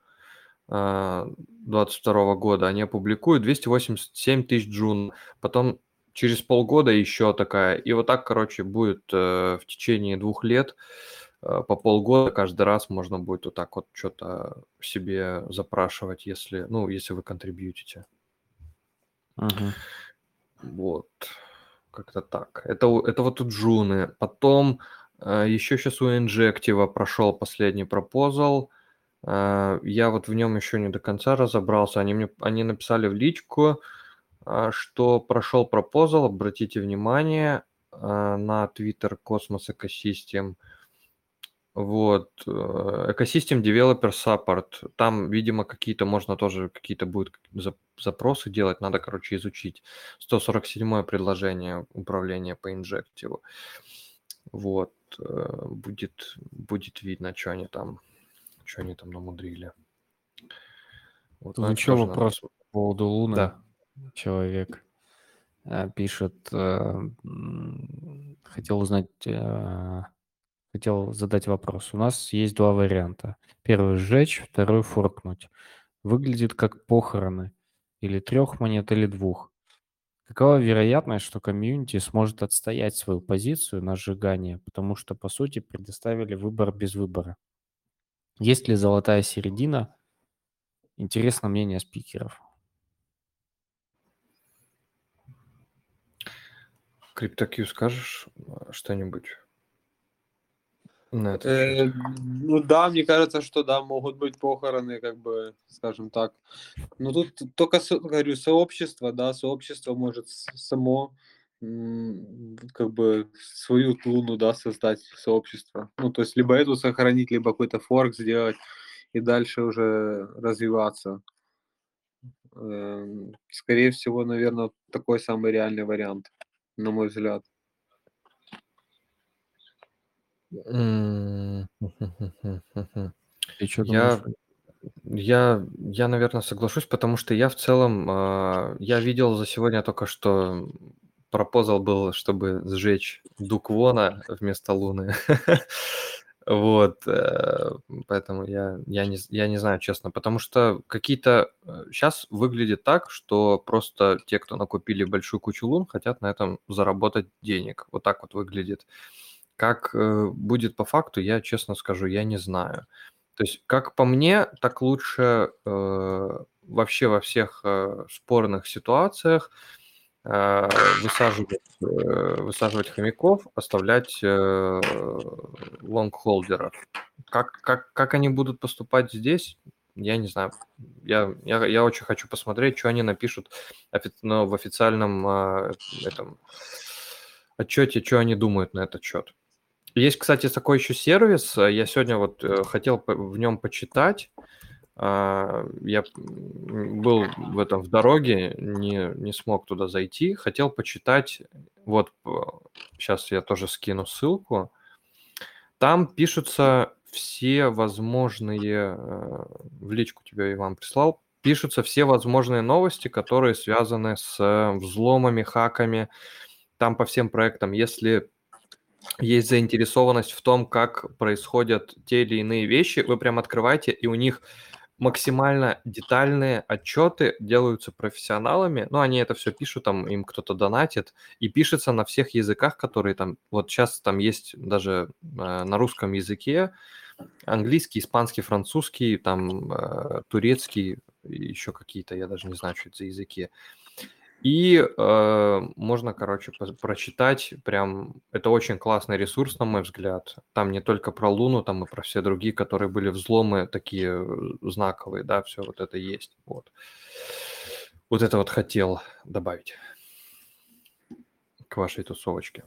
2022 года, они опубликуют 287 тысяч джун, потом через полгода еще такая. И вот так, короче, будет в течение 2 лет по полгода каждый раз можно будет вот так вот что-то себе запрашивать, если вы контрибьютите. Мгм. Вот, как-то так. Это вот у Джуны. Потом еще сейчас у Injective прошел последний пропозал. Я вот в нем еще не до конца разобрался. Они написали в личку, что прошел пропозал. Обратите внимание на Twitter Cosmos Ecosystem. Вот, Ecosystem Developer Support. Там, видимо, можно тоже какие-то будут запросы делать. Надо, короче, изучить. 147-е предложение управления по инжективу. Вот, будет видно, что они там намудрили. Вот, Тут но это еще тоже надо вопрос посмотреть. по поводу Луны. Да. Человек пишет, хотел задать вопрос. У нас есть 2 варианта. Первый – сжечь, второй – форкнуть. Выглядит как похороны. Или 3 монет, или 2. Какова вероятность, что комьюнити сможет отстоять свою позицию на сжигание, потому что, по сути, предоставили выбор без выбора? Есть ли золотая середина? Интересно мнение спикеров. CryptoQ, скажешь что-нибудь? на этот счет? Ну да, мне кажется, что да, могут быть похороны, как бы, скажем так. Но тут только, говорю, сообщество, да, сообщество может само как бы свою луну, да, создать сообщество. Ну, то есть либо эту сохранить, либо какой-то форк сделать и дальше уже развиваться. Скорее всего, наверное, такой самый реальный вариант, на мой взгляд. М, Ты что думаешь? Я я, наверное, соглашусь, потому что я в целом, я видел за сегодня только что пропозал был, чтобы сжечь Дук Вона вместо Луны. Вот, поэтому я не знаю, честно, потому что какие-то сейчас выглядит так, что просто те, кто накупили большую кучу лун, хотят на этом заработать денег. Вот так вот выглядит. Как будет по факту, я честно скажу, я не знаю. То есть, как по мне, так лучше вообще во всех спорных ситуациях высаживать хомяков, оставлять лонгхолдеров. Как они будут поступать здесь, я не знаю. Я очень хочу посмотреть, что они напишут в официальном этом отчете, что они думают на этот счет. Есть, кстати, такой еще сервис. Я сегодня вот хотел в нем почитать. Я был в дороге, не смог туда зайти. Хотел почитать. Вот сейчас я тоже скину ссылку. Там пишутся все возможные, в личку тебе Иван прислал, пишутся все возможные новости, которые связаны с взломами, хаками. Там по всем проектам, если есть заинтересованность в том, как происходят те или иные вещи, вы прям открываете, и у них максимально детальные отчеты делаются профессионалами. Ну, они это все пишут, там им кто-то донатит, и пишется на всех языках, которые там... Вот сейчас там есть даже на русском языке английский, испанский, французский, там турецкий, еще какие-то, я даже не знаю, что это за языки. И можно, короче, прочитать прям... Это очень классный ресурс, на мой взгляд. Там не только про Луну, там и про все другие, которые были взломы такие знаковые, да, все вот это есть. Вот. Вот это вот хотел добавить к вашей тусовочке.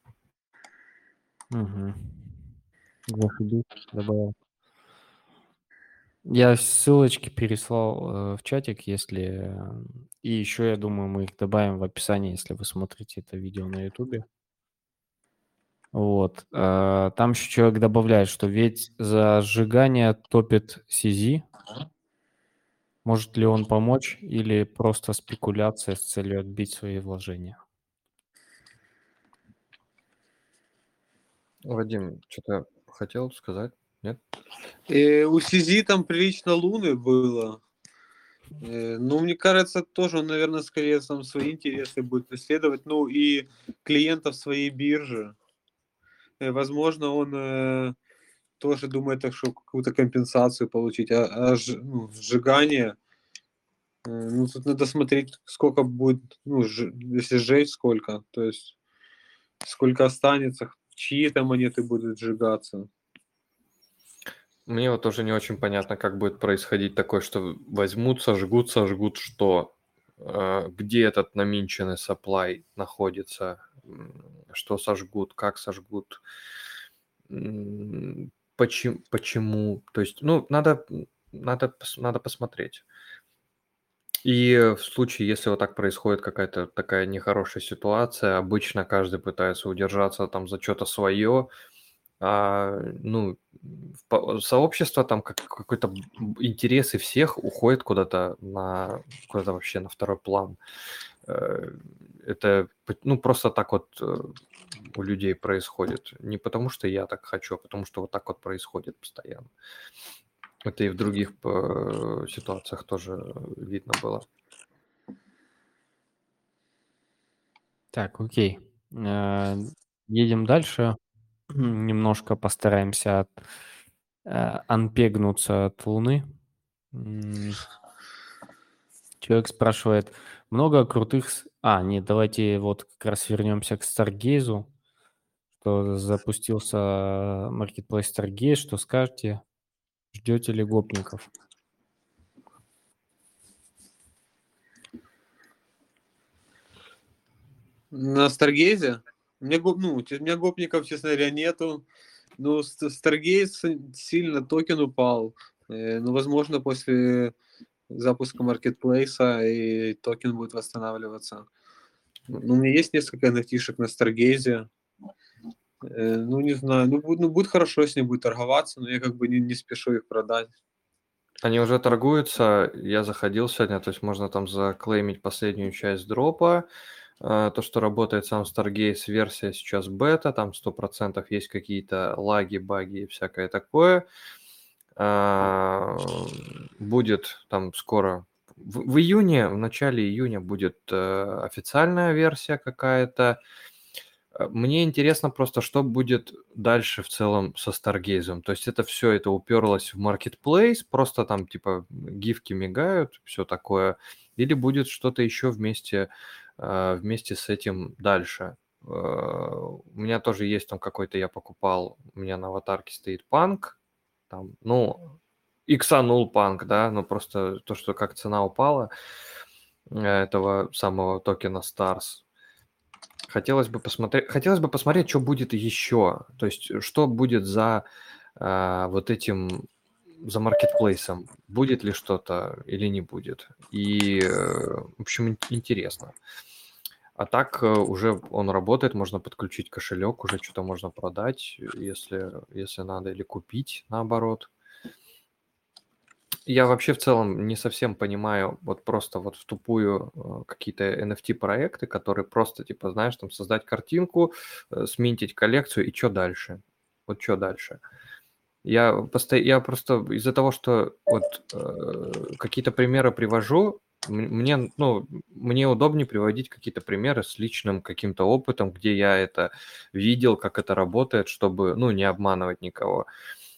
Угу. Заходи, добавил. Я ссылочки переслал в чатик, если... И еще, я думаю, мы их добавим в описании, если вы смотрите это видео на Ютубе. Вот. Там еще человек добавляет, что ведь за сжигание топит CZ. Может ли он помочь или просто спекуляция с целью отбить свои вложения? Вадим, что-то хотел сказать? Нет? У Сизи там прилично луны было. Ну, мне кажется, тоже он, наверное, скорее сам свои интересы будет преследовать. Ну, и клиентов своей биржи. Возможно, он тоже думает, так, что какую-то компенсацию получить. Ну, сжигание, ну, тут надо смотреть, сколько будет, ну, если сжечь, сколько. То есть, сколько останется, чьи там монеты будут сжигаться. Мне вот тоже не очень понятно, как будет происходить такое, что возьмут, сожгут что? Где этот наминченный supply находится? Что сожгут, как сожгут? Почему? То есть, ну, надо посмотреть. И в случае, если вот так происходит какая-то такая нехорошая ситуация, обычно каждый пытается удержаться там за что-то свое, ну, сообщество там какой-то интересы всех уходит куда-то вообще на второй план. Это, ну, просто так вот у людей происходит. Не потому, что я так хочу, а потому, что вот так вот происходит постоянно. Это и в других ситуациях тоже видно было. Так, окей. Едем дальше. Немножко постараемся анпегнуться от Луны. Человек спрашивает, много крутых... нет, давайте вот как раз вернемся к Старгейзу. что запустился Marketplace Stargaze. Что скажете? Ждете ли гопников? На Старгейзе? У меня, у меня гопников, честно говоря, нету. Ну, Старгейз сильно токен упал. Ну, возможно, после запуска маркетплейса и токен будет восстанавливаться. Ну, у меня есть несколько NFT-шек на Старгейзе. Ну, не знаю. Ну, будет хорошо, если будет торговаться, но я как бы не спешу их продать. Они уже торгуются, я заходил сегодня, то есть можно там заклеймить последнюю часть дропа. То, что работает сам Stargaze, версия сейчас бета, там 100% есть какие-то лаги, баги и всякое такое. Будет там скоро, в июне, в начале июня будет официальная версия какая-то. Мне интересно просто, что будет дальше в целом со Stargaze. То есть это все это уперлось в Marketplace, просто там типа гифки мигают, все такое, или будет что-то еще вместе с этим дальше. У меня тоже есть там какой-то, я покупал, у меня на аватарке стоит панк, там, ну, иксанул панк, да, но просто то, что как цена упала этого самого токена Stars. Хотелось бы посмотреть, что будет еще. То есть, что будет за вот этим, за маркетплейсом. Будет ли что-то или не будет. И, в общем, интересно. А так уже он работает, можно подключить кошелек, уже что-то можно продать, если надо, или купить, наоборот. Я вообще в целом не совсем понимаю вот просто вот в тупую какие-то NFT-проекты, которые просто, типа, знаешь, там создать картинку, сминтить коллекцию и что дальше? Вот что дальше? Я просто из-за того, что вот какие-то примеры привожу, мне удобнее приводить какие-то примеры с личным каким-то опытом, где я это видел, как это работает, чтобы, не обманывать никого.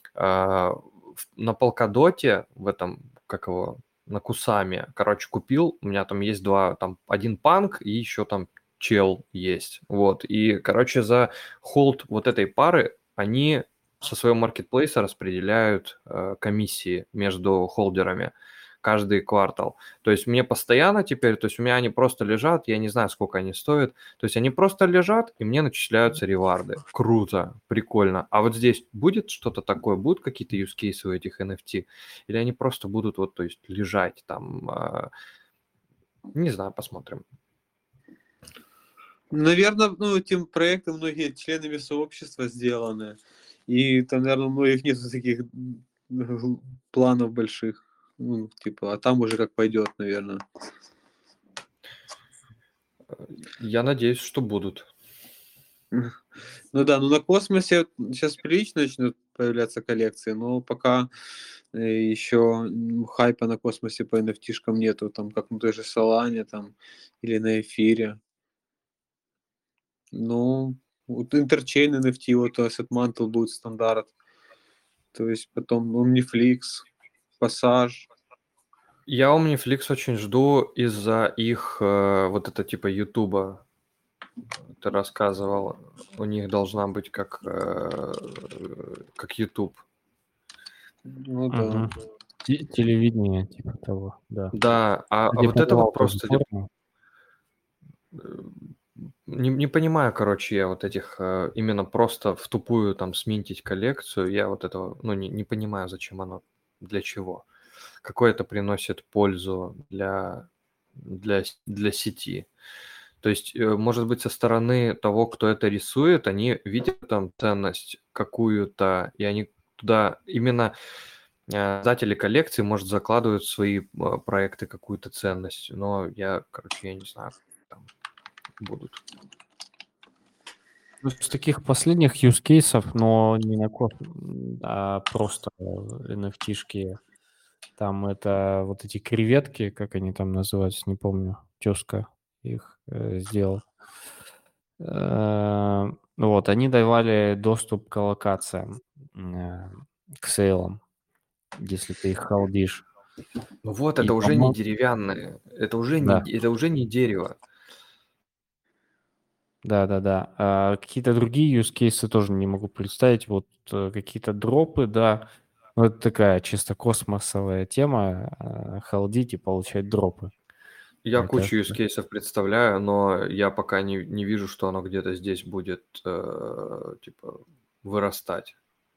На Polkadot, в этом, как его, на Кусами, короче, купил, у меня там есть один панк и еще там чел есть, вот, и, короче, за холд вот этой пары они со своего маркетплейса распределяют комиссии между холдерами каждый квартал. То есть мне постоянно теперь, то есть у меня они просто лежат, я не знаю, сколько они стоят, то есть они просто лежат, и мне начисляются реварды. Круто, прикольно. А вот здесь будет что-то такое, будут какие-то use cases у этих NFT? Или они просто будут вот, то есть лежать там, не знаю, посмотрим. Наверное, этим проектом многие членами сообщества сделаны. И там, наверное, у многих нет таких планов больших. Ну, типа, а там уже как пойдет, наверное. Я надеюсь, что будут. Ну да, на космосе сейчас прилично начнут появляться коллекции, но пока еще хайпа на космосе по NFT-шкам нету, там, как на той же Солане там, или на Эфире. Ну, вот Interchain NFT, вот Asset Mantle будет стандарт. То есть потом Omniflix, Passage. Я Omniflix очень жду из-за их вот это типа Ютуба. Ты рассказывал, у них должна быть как YouTube. Ну да. Телевидение, типа того, да. Да, а Где вот это вот продавал просто платформу. не понимаю, короче, я вот этих именно просто в тупую там сминтить коллекцию, я вот этого, не понимаю, зачем оно, для чего. Какой это приносит пользу для сети. То есть, может быть, со стороны того, кто это рисует, они видят там ценность какую-то, и они туда именно создатели коллекции, может, закладывают в свои проекты какую-то ценность. Но я не знаю, там будут. Ну, с таких последних use cases, но не на а просто NFT-шки. Там это вот эти креветки, как они там называются, не помню. Тезка их сделал. Вот, они давали доступ к аллокациям, к сейлам, если ты их халдишь. Ну вот, И, это уже не по-моему, деревянные, это уже да, не дерево. Да-да-да. А какие-то другие use cases тоже не могу представить. Вот какие-то дропы, да. Ну, это такая чисто космосовая тема. Халдить и получать дропы. Я Мне кучу use кажется. кейсов представляю, но я пока не вижу, что оно где-то здесь будет типа вырастать.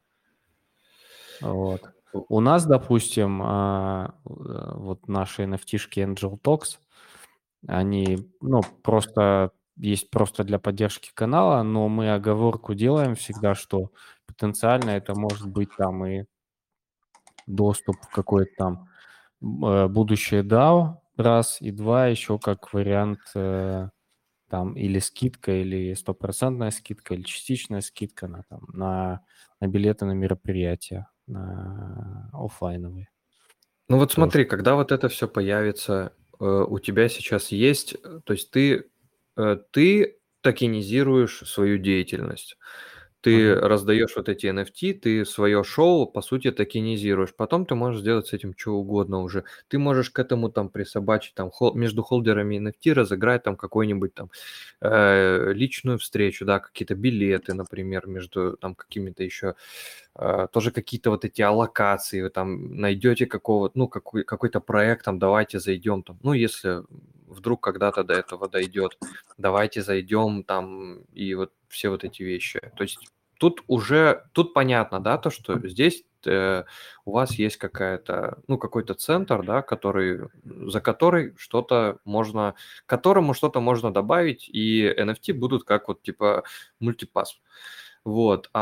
Вот. У нас, допустим, вот наши NFT-шки Angel Talks, они, ну, просто есть просто для поддержки канала, но мы оговорку делаем всегда, что потенциально это может быть там и доступ в какое-то там будущее DAO, раз, и два, еще как вариант там или скидка, или стопроцентная скидка, или частичная скидка на билеты на мероприятия, на оффлайновые Ну вот тоже. смотри, когда вот это все появится, у тебя сейчас есть, то есть ты токенизируешь свою деятельность. Ты Мгм. раздаешь вот эти NFT, ты свое шоу, по сути, токенизируешь. Потом ты можешь сделать с этим что угодно уже. Ты можешь к этому там присобачить, там, между холдерами NFT разыграть там какой-нибудь там личную встречу, да, какие-то билеты, например, между там какими-то еще, тоже какие-то вот эти аллокации, вы там найдете какого-то, ну, какой-то проект, там, давайте зайдем там, ну, если вдруг когда-то до этого дойдет, давайте зайдем там и вот все вот эти вещи. То есть тут понятно, да, то, что здесь у вас есть какая-то, ну, какой-то центр, да, за который которому что-то можно добавить, и NFT будут как вот типа мультипас. Вот.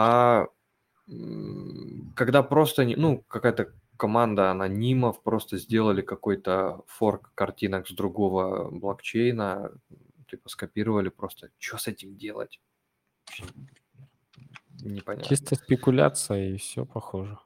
Когда просто, ну, какая-то команда анонимов просто сделали какой-то форк картинок с другого блокчейна, типа скопировали просто. Что с этим делать? Вообще непонятно. Чисто спекуляция, и все похоже.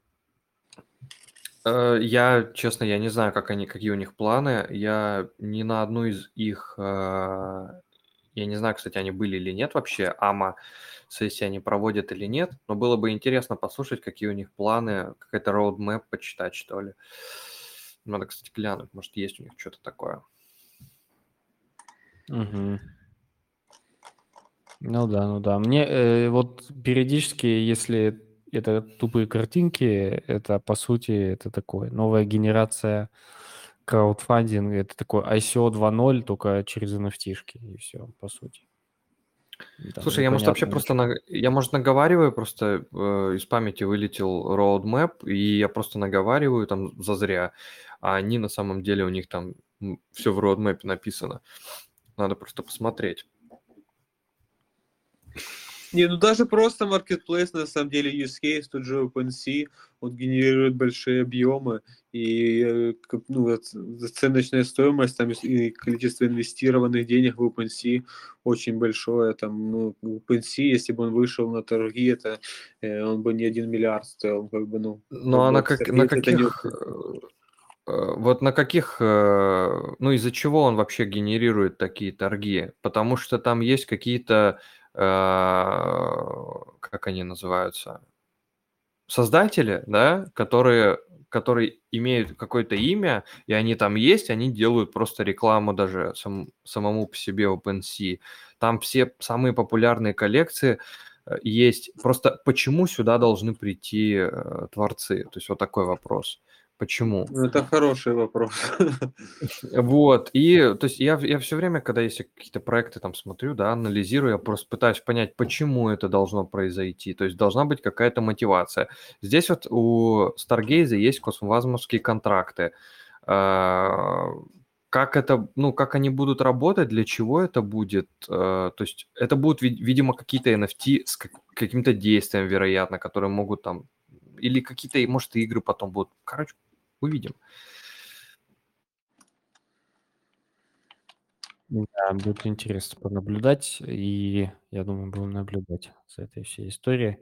Честно, я не знаю, какие у них планы. Я ни на одну из их, я не знаю, кстати, они были или нет вообще, сессии они проводят или нет, но было бы интересно послушать, какие у них планы, какая-то roadmap почитать, что ли. Надо, кстати, глянуть, может, есть у них что-то такое. Мгм. Ну да, ну да. Мне вот периодически, если это тупые картинки, это по сути это такое новая генерация краудфандинга, это такой ICO 2.0, только через NFT-шки, и все, по сути. Там Слушай, я, может, вообще непонятно просто, ничего. я, может, наговариваю, просто из памяти вылетел roadmap, и я просто наговариваю там зазря, а они на самом деле, у них там все в roadmap написано. Надо просто посмотреть. Не, ну даже просто marketplace, на самом деле, use case, тот же OpenSea, он генерирует большие объемы, и ну, оценочная стоимость там, и количество инвестированных денег в OpenSea очень большое. Там, ну, OpenSea, если бы он вышел на торги, это он бы не 1 миллиард стоил, как бы, ну, Ну, как а бы это на Stargate, это не каких, вот на каких, ну, из-за чего он вообще генерирует такие торги? Потому что там есть какие-то, как они называются, создатели, да, которые имеют какое-то имя, и они там есть, они делают просто рекламу даже самому по себе OpenSea. Там все самые популярные коллекции есть. Просто почему сюда должны прийти творцы? То есть вот такой вопрос. Почему? Ну, это хороший вопрос. Вот, и то есть я все время, когда есть какие-то проекты там смотрю, да, анализирую, я просто пытаюсь понять, почему это должно произойти. То есть должна быть какая-то мотивация. Здесь вот у Stargaze есть космовазмовские контракты. А, Как это, ну, как они будут работать, для чего это будет? То есть это будут, видимо, какие-то NFT с каким-то действием, вероятно, которые могут там, или какие-то, может, игры потом будут. Короче, увидим. Да, будет интересно понаблюдать, и я думаю, будем наблюдать за этой всей историей.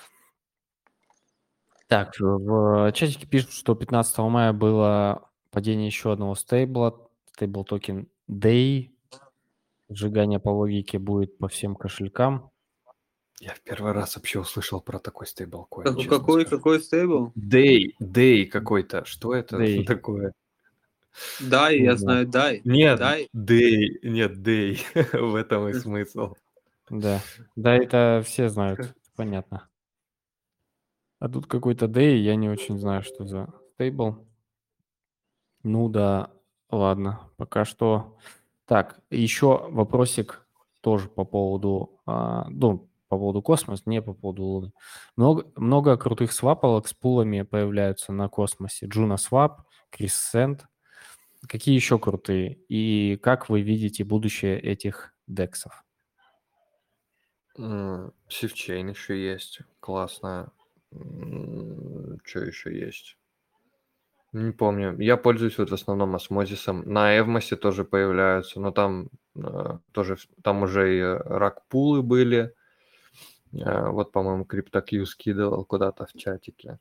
Так, в чатике пишут, что 15 мая было падение еще одного стейбл токен DAY. Сжигание по логике будет по всем кошелькам. Я в первый раз вообще услышал про такой стейблкоин, честно Какой, скажу. какой стейбл? Day какой-то. Что это DAY, такое? Дай, не я знаю. знаю, дай. Нет, Дай. Day. В этом и смысл. Да. Да, это все знают, понятно. А тут какой-то Day, я не очень знаю, что за стейбл. Ну да, ладно, пока что. Так, еще вопросик тоже по поводу, ну, по поводу космоса, не по поводу Луны. Много крутых свапалок с пулами появляются на космосе. Juno Swap, Crescent. Какие еще крутые? И как вы видите будущее этих дексов? Сивчейн еще есть. Классно. Что еще есть? Не помню. Я пользуюсь вот в основном осмозисом. На Эвмосе тоже появляются, но там тоже там уже и ракпулы были. Вот, по-моему, CryptoQ скидывал куда-то в чатике.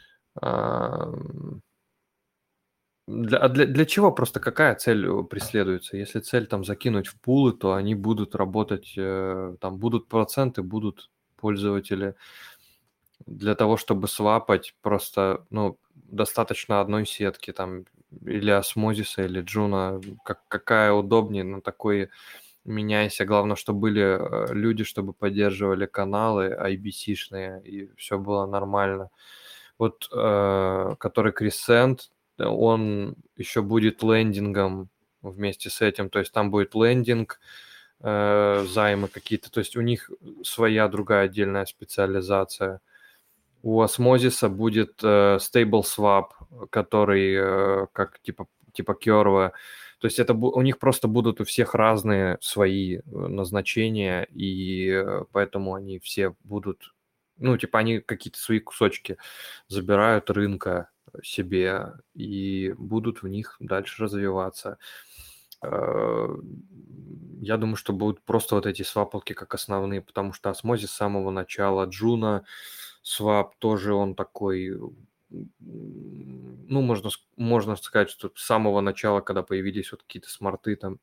Для чего просто какая цель преследуется? Если цель там закинуть в пулы, то они будут работать, там будут проценты, будут пользователи. Для того, чтобы свапать, просто, ну, достаточно одной сетки там или осмозиса, или джуна, какая удобнее, на такой меняйся. Главное, чтобы были люди, чтобы поддерживали каналы IBC-шные, и все было нормально. Вот, который Crescent, он еще будет лендингом вместе с этим, то есть там будет лендинг, займы какие-то, то есть у них своя другая отдельная специализация. У осмозиса будет stable swap, который как типа Керва. То есть это у них просто будут у всех разные свои назначения, и поэтому они все будут, ну, типа они какие-то свои кусочки забирают рынка себе и будут в них дальше развиваться. Я думаю, что будут просто вот эти свапалки как основные, потому что осмозис с самого начала, Джуна свап тоже он такой, ну, можно сказать, что с самого начала, когда появились вот какие-то смарты, там,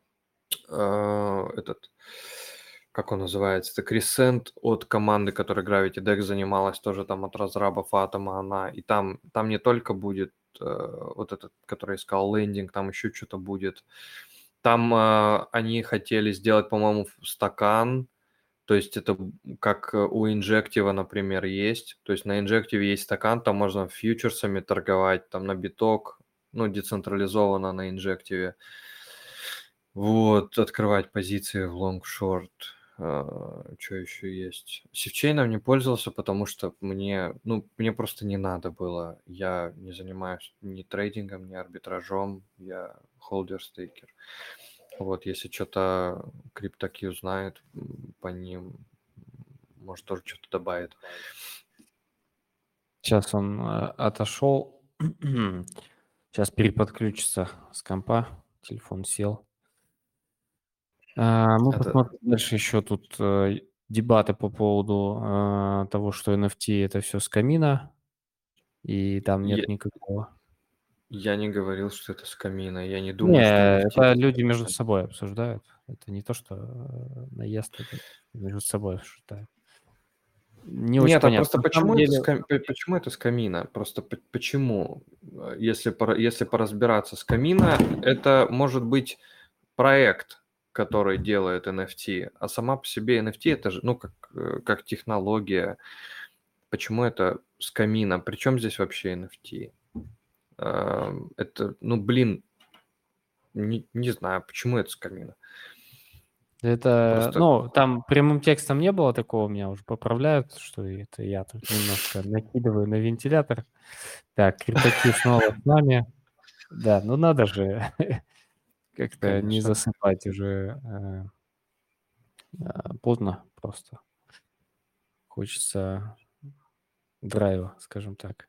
этот, как он называется, это Crescent от команды, которая Gravity Dex занималась, тоже там от разрабов Атома она, и там не только будет вот этот, который искал лендинг, там еще что-то будет. Там они хотели сделать, по-моему, стакан, то есть это как у Инжектива, например, есть. То есть на Инжективе есть стакан, там можно фьючерсами торговать, там на биток, ну, децентрализованно на Инжективе. Вот, открывать позиции в лонг-шорт. Что еще есть? Сивчейном не пользовался, потому что мне просто не надо было. Я не занимаюсь ни трейдингом, ни арбитражом. Я холдер-стейкер. Вот, если что-то CryptoQ знает по ним, может, тоже что-то добавит. Сейчас он отошел. Сейчас переподключится с компа. Телефон сел. Мы посмотрим дальше еще тут дебаты по поводу того, что NFT это все с камина, и там нет никакого. Я не говорил, что это с камина. Я не Не, думаю, что NFT это это люди с между камина. собой обсуждают. Это не то, что наезд, это между собой обсуждают. Не очень Нет, а понятно. просто На самом почему это с камина? Просто почему? Если поразбираться с камина, это может быть проект, который делает NFT, а сама по себе NFT это же, ну, как технология. Почему это с камина? Причем здесь вообще NFT? Это, ну, блин, не знаю, почему это с камина. Это, Просто, ну, там прямым текстом не было такого, меня уже поправляют, что это я тут немножко накидываю на вентилятор. Так, CryptoQ снова с нами. Да, ну надо же как-то не конечно. засыпать уже поздно просто. Хочется драйва, скажем так.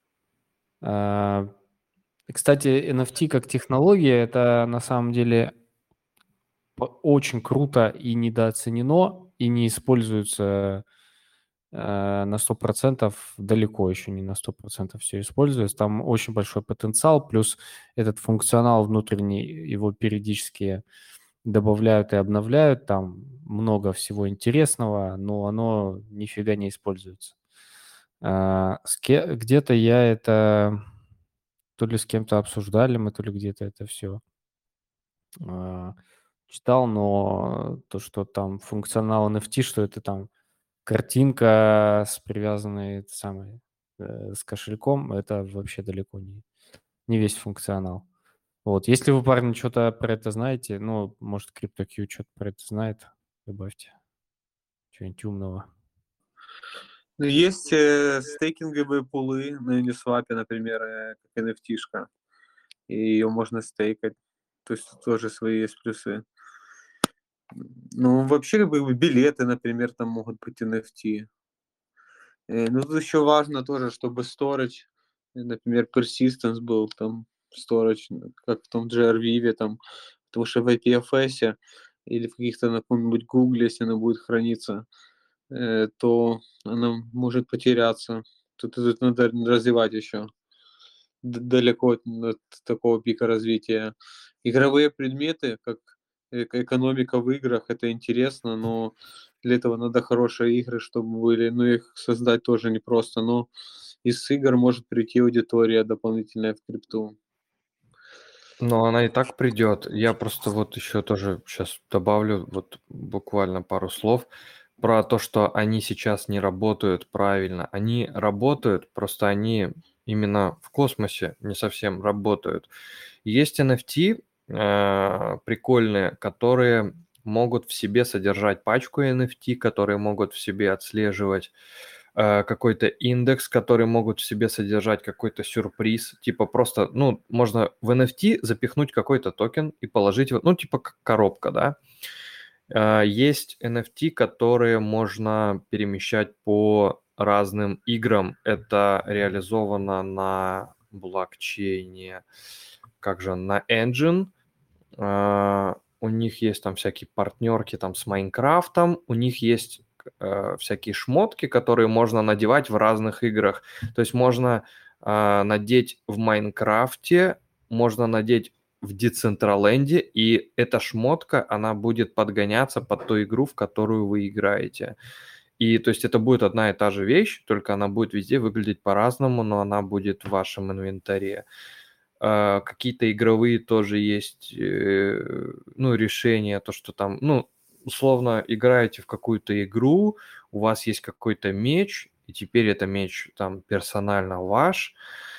Кстати, NFT как технология, это на самом деле очень круто и недооценено, и не используется на 100%, далеко еще не на 100% все используется. Там очень большой потенциал, плюс этот функционал внутренний, его периодически добавляют и обновляют, там много всего интересного, но оно нифига не используется. Где-то я это то ли с кем-то обсуждали мы, то ли где-то это все читал, но то, что там функционал NFT, что это там картинка с привязанной с кошельком, это вообще далеко не весь функционал. Вот. Если вы, парни, что-то про это знаете, ну, может, CryptoQ что-то про это знает, добавьте что-нибудь умного. Ну, есть стейкинговые пулы на Uniswap, например, как NFT-шка, и ее можно стейкать. То есть тут тоже свои есть плюсы. Ну, вообще, как бы билеты, например, там могут быть NFT. Ну, тут еще важно тоже, чтобы storage, например, persistence был там storage, как в том GRV, там, потому что в IPFS или в каких-то на каком-нибудь Google, если она будет храниться, то она может потеряться. Тут надо развивать еще далеко от такого пика развития. Игровые предметы, как экономика в играх, это интересно, но для этого надо хорошие игры, чтобы были. Ну, их создать тоже непросто, но из игр может прийти аудитория дополнительная в крипту. Но она и так придет. Я просто вот еще тоже сейчас добавлю вот буквально пару слов про то, что они сейчас не работают правильно. Они работают, просто они именно в космосе не совсем работают. Есть NFT прикольные, которые могут в себе содержать пачку NFT, которые могут в себе отслеживать какой-то индекс, который могут в себе содержать какой-то сюрприз. Типа просто, ну, можно в NFT запихнуть какой-то токен и положить, ну, типа как коробка, да. Есть NFT, которые можно перемещать по разным играм. Это реализовано на блокчейне, как же, на Engine. У них есть там всякие партнерки там с Майнкрафтом, у них есть всякие шмотки, которые можно надевать в разных играх. То есть можно надеть в Майнкрафте, можно надеть в Децентраленде, и эта шмотка, она будет подгоняться под ту игру, в которую вы играете. И то есть это будет одна и та же вещь, только она будет везде выглядеть по-разному, но она будет в вашем инвентаре. Какие-то игровые тоже есть, ну, решения, то, что там, ну, условно играете в какую-то игру, у вас есть какой-то меч, и теперь это меч там персонально ваш,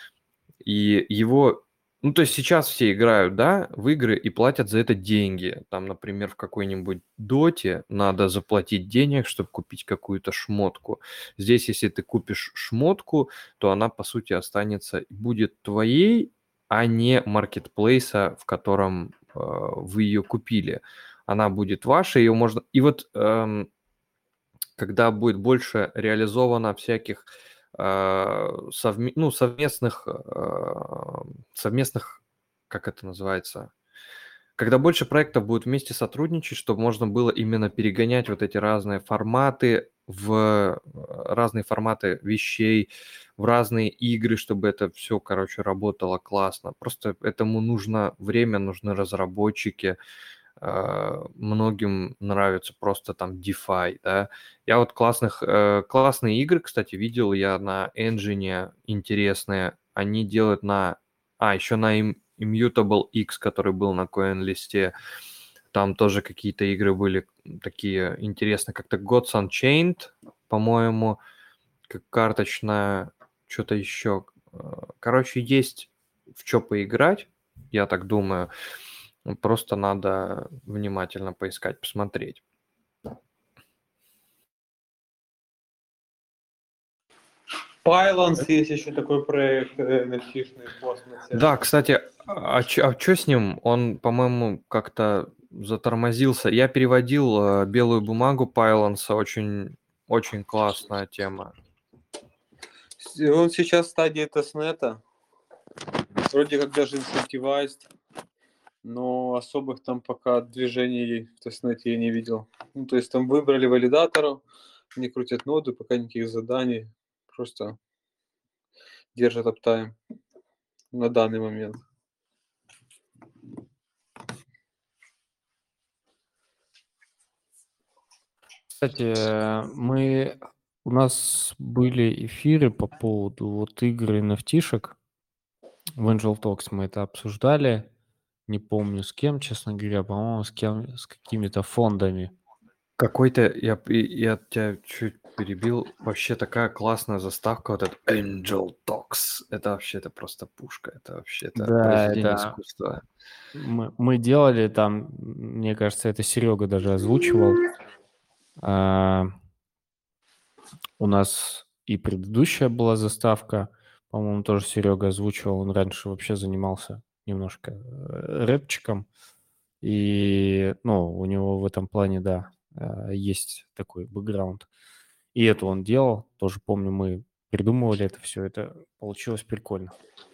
и его... Ну, то есть сейчас все играют, да, в игры и платят за это деньги. Там, например, в какой-нибудь доте надо заплатить денег, чтобы купить какую-то шмотку. Здесь, если ты купишь шмотку, то она, по сути, останется и будет твоей, а не маркетплейса, в котором вы ее купили. Она будет ваша, ее можно... И вот когда будет больше реализовано всяких совместных, как это называется, когда больше проектов будет вместе сотрудничать, чтобы можно было именно перегонять вот эти разные форматы разные форматы вещей, в разные игры, чтобы это все, короче, работало классно. Просто этому нужно время, нужны разработчики. Многим нравится просто там DeFi, да. Я вот классные игры, кстати, видел я на Engine интересные. Они делают еще на Immutable X, который был на CoinList'е. Там тоже какие-то игры были такие интересные, как-то Gods Unchained, по-моему, как карточная, что-то еще. Короче, есть в что поиграть, я так думаю. Просто надо внимательно поискать, посмотреть. Pylons есть еще такой проект NFT-шный в космосе. Да, кстати, а что с ним? Он, по-моему, как-то затормозился. Я переводил белую бумагу Pylon'са, очень, очень классная тема. Он сейчас в стадии тестнета. Вроде как даже incentivized, но особых там пока движений в тестнете я не видел. Ну, то есть там выбрали валидаторов, они крутят ноды, пока никаких заданий, просто держат аптайм на данный момент. Кстати, у нас были эфиры по поводу вот игр и NFT-шек. В Angel Talks мы это обсуждали. Не помню с кем, честно говоря, по-моему, с какими-то фондами. Какой-то, я тебя чуть перебил, вообще такая классная заставка, вот этот Angel Talks, это просто пушка, это вообще, это Да, произведение это искусства. мы делали там, мне кажется, это Серега даже озвучивал. А, У нас и предыдущая была заставка, по-моему, тоже Серега озвучивал. Он раньше вообще занимался немножко рэпчиком. И, ну, у него в этом плане, да, есть такой бэкграунд. И это он делал. Тоже помню, мы придумывали это все. Это получилось прикольно.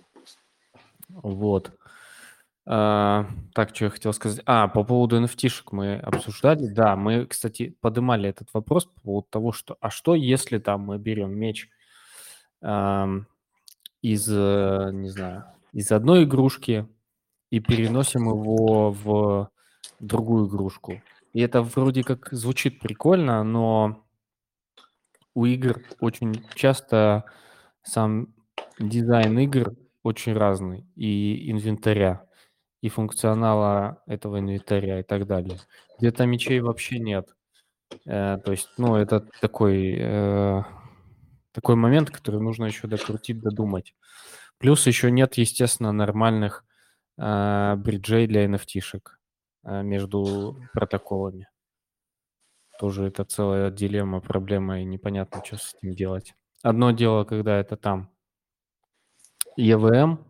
Вот. Так, что я хотел сказать. По поводу NFT-шек мы обсуждали. Да, мы, кстати, поднимали этот вопрос по поводу того, что что если там мы берем меч не знаю, из одной игрушки и переносим его в другую игрушку. И это вроде как звучит прикольно, но у игр очень часто сам дизайн игр очень разный, и инвентаря, и функционала этого инвентаря и так далее. Где-то мечей вообще нет. То есть, ну, это такой момент, который нужно еще докрутить, додумать. Плюс еще нет, естественно, нормальных бриджей для NFT-шек между протоколами. Тоже это целая дилемма, проблема, и непонятно, что с этим делать. Одно дело, когда это там EVM,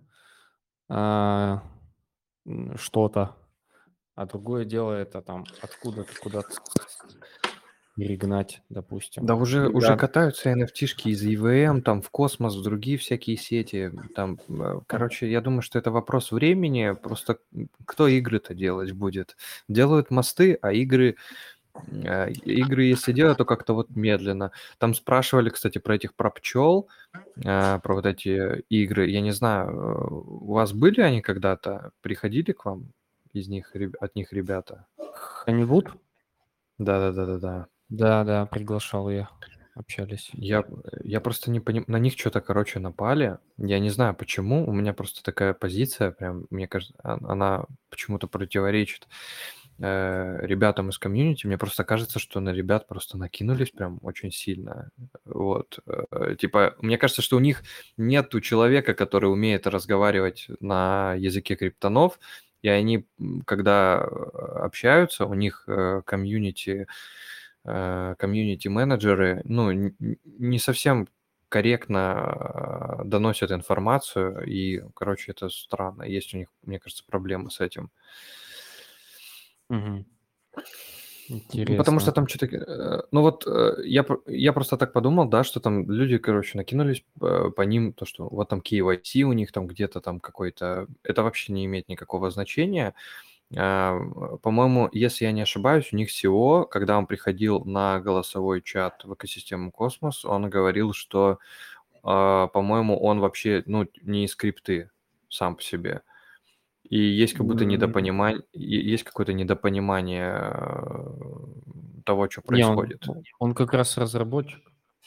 что-то, а другое дело это там откуда-то куда-то перегнать, допустим. Да уже Когда катаются NFT-шки из EVM, там в космос, в другие всякие сети. Там, короче, я думаю, что это вопрос времени. Просто кто игры-то делать будет? Делают мосты, а игры, если делают, то как-то вот медленно. Там спрашивали, кстати, про пчел, про вот эти игры. Я не знаю, у вас были они когда-то? Приходили к вам от них ребята? Ханивуд, Да-да-да-да-да. да, приглашал я, общались. Я просто не понимаю, на них что-то, короче, напали. Я не знаю почему, у меня просто такая позиция, прям, мне кажется, она почему-то противоречит ребятам из комьюнити. Мне просто кажется, что на ребят просто накинулись прям очень сильно. Вот. Типа, мне кажется, что у них нету человека, который умеет разговаривать на языке криптонов, и они, когда общаются, у них комьюнити-менеджеры, ну, не совсем корректно доносят информацию, и, короче, это странно. Есть у них, мне кажется, проблемы с этим. Мгм. Потому что Интересно. там что-то... Ну вот я просто так подумал, да, что там люди, короче, накинулись по ним, то, что вот там KYC у них там где-то там какой-то... Это вообще не имеет никакого значения. По-моему, если я не ошибаюсь, у них SEO, когда он приходил на голосовой чат в экосистему Космос, он говорил, что, по-моему, он вообще, ну, не из скрипты сам по себе. И есть как будто есть какое-то недопонимание того, что Не, происходит. он как раз разработчик.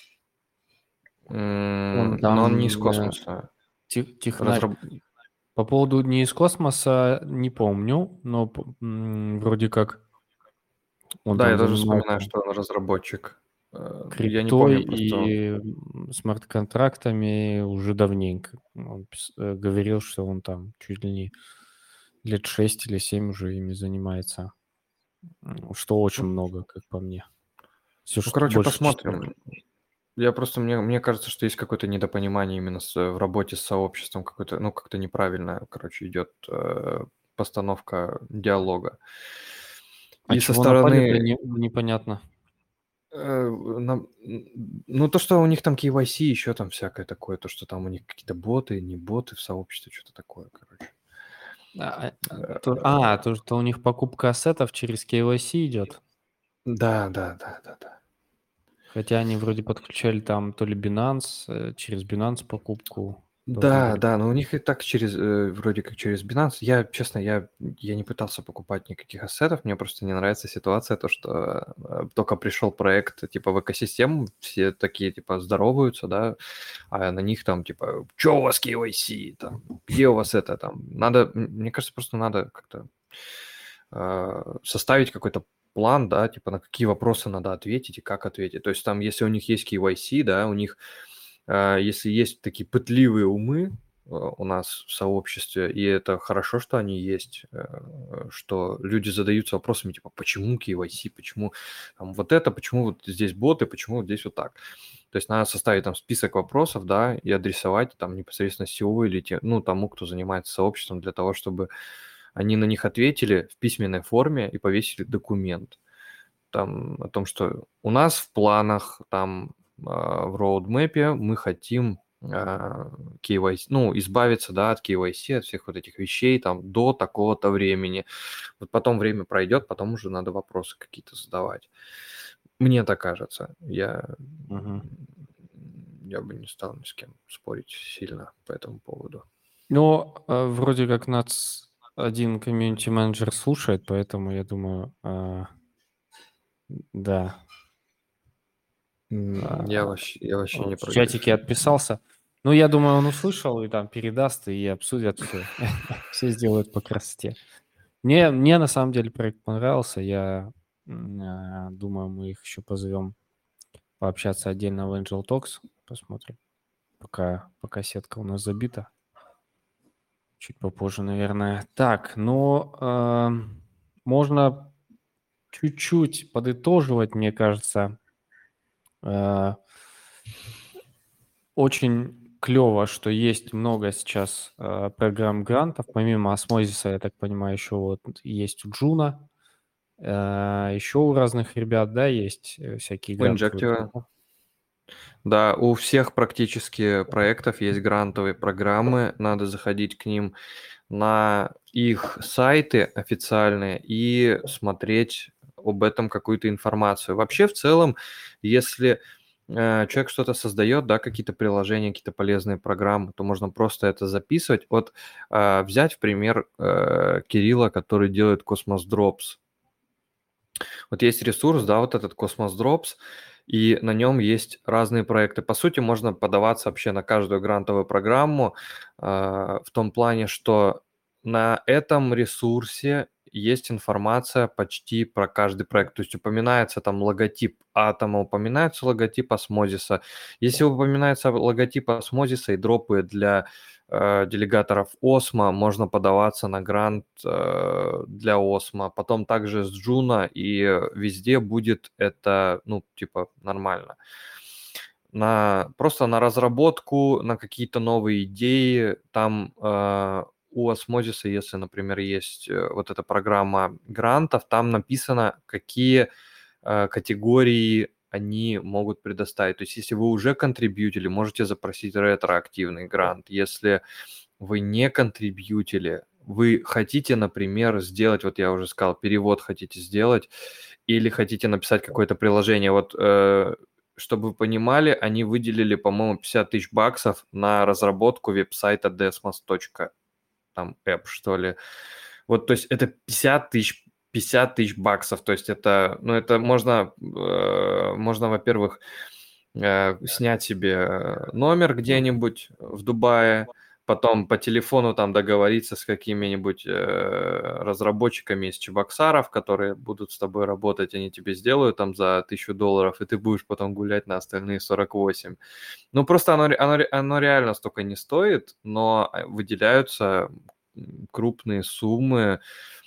Он Но он не из там космоса. технач. По поводу не из космоса не помню, но вроде как он Да, там я тоже вспоминаю, занимается что он разработчик. Я не криптой помню просто. и смарт-контрактами уже давненько. Он говорил, что он там чуть ли не лет 6 или 7 уже ими занимается. Что очень много, как по мне. Все, Ну, что короче, больше 4. посмотрим. Я просто, мне кажется, что есть какое-то недопонимание именно в работе с сообществом, какое-то, ну, как-то неправильно, короче, идет постановка диалога. А И со чего напали-то, стороны, непонятно. ну, то, что у них там KYC, еще там всякое такое, то, что там у них какие-то боты, не боты в сообществе, что-то такое, короче. То, что у них покупка ассетов через KYC идет. Да. Хотя они вроде подключали там то ли Binance, через Binance покупку. должны Да, были. да, но у них и так вроде как через Binance. Честно, я не пытался покупать никаких ассетов, мне просто не нравится ситуация, то, что только пришел проект, типа, в экосистему, все такие, типа, здороваются, да, а на них там, типа, что у вас KYC, там, где у вас это, там, мне кажется, просто надо как-то составить какой-то план, да, типа, на какие вопросы надо ответить и как ответить. То есть там, если у них есть KYC, да, у них если есть такие пытливые умы у нас в сообществе, и это хорошо, что они есть, что люди задаются вопросами типа, почему KYC, почему там вот это, почему вот здесь боты, почему вот здесь вот так. То есть надо составить там список вопросов, да, и адресовать там непосредственно SEO или тому, кто занимается сообществом, для того, чтобы они на них ответили в письменной форме и повесили документ там о том, что у нас в планах там в роудмэпе мы хотим KYC, избавиться, да, от KYC, от всех вот этих вещей там до такого-то времени. Вот потом время пройдет, потом уже надо вопросы какие-то задавать. Мне так кажется. Я бы не стал ни с кем спорить сильно по этому поводу. Ну, вроде как нас один комьюнити-менеджер слушает, поэтому я думаю, да. Я вообще не В против. чатике отписался. Ну, я думаю, он услышал и там передаст, и обсудят все. Все сделают по красоте. Мне на самом деле проект понравился. Я думаю, мы их еще позовем пообщаться отдельно в Angel Talks. Посмотрим. Пока сетка у нас забита. Чуть попозже, наверное. Так, можно чуть-чуть подытоживать, мне кажется. Очень клево, что есть много сейчас программ грантов. Помимо осмозиса, я так понимаю, еще вот есть у Джуна, еще у разных ребят, да, есть всякие У грантовые. Injective. Да, у всех практически проектов есть грантовые программы, надо заходить к ним на их сайты официальные и смотреть об этом какую-то информацию. Вообще, в целом, если человек что-то создает, да, какие-то приложения, какие-то полезные программы, то можно просто это записывать. Вот взять в пример Кирилла, который делает Cosmos Drops. Вот есть ресурс, да, вот этот Cosmos Drops, и на нем есть разные проекты. По сути, можно подаваться вообще на каждую грантовую программу в том плане, что на этом ресурсе есть информация почти про каждый проект. То есть упоминается там логотип Атома, упоминается логотип Осмозиса. Если упоминается логотип Осмозиса и дропы для делегаторов Осмо, можно подаваться на грант для Осмо. Потом также с Джуна, и везде будет это, нормально. Просто на разработку, на какие-то новые идеи. Там у Осмозиса, если, например, есть вот эта программа грантов, там написано, какие категории они могут предоставить. То есть если вы уже контрибьютили, можете запросить ретроактивный грант. Если вы не контрибьютили, вы хотите, например, сделать, вот я уже сказал, перевод хотите сделать, или хотите написать какое-то приложение. Вот, чтобы вы понимали, они выделили, по-моему, 50 тысяч баксов на разработку веб-сайта desmos.app, что ли. Вот, то есть это 50 тысяч баксов, то есть это можно, во-первых, снять себе номер где-нибудь в Дубае, потом по телефону там договориться с какими-нибудь разработчиками из Чебоксаров, которые будут с тобой работать, они тебе сделают там за $1000, и ты будешь потом гулять на остальные 48. Ну, просто оно реально столько не стоит, но выделяются крупные суммы,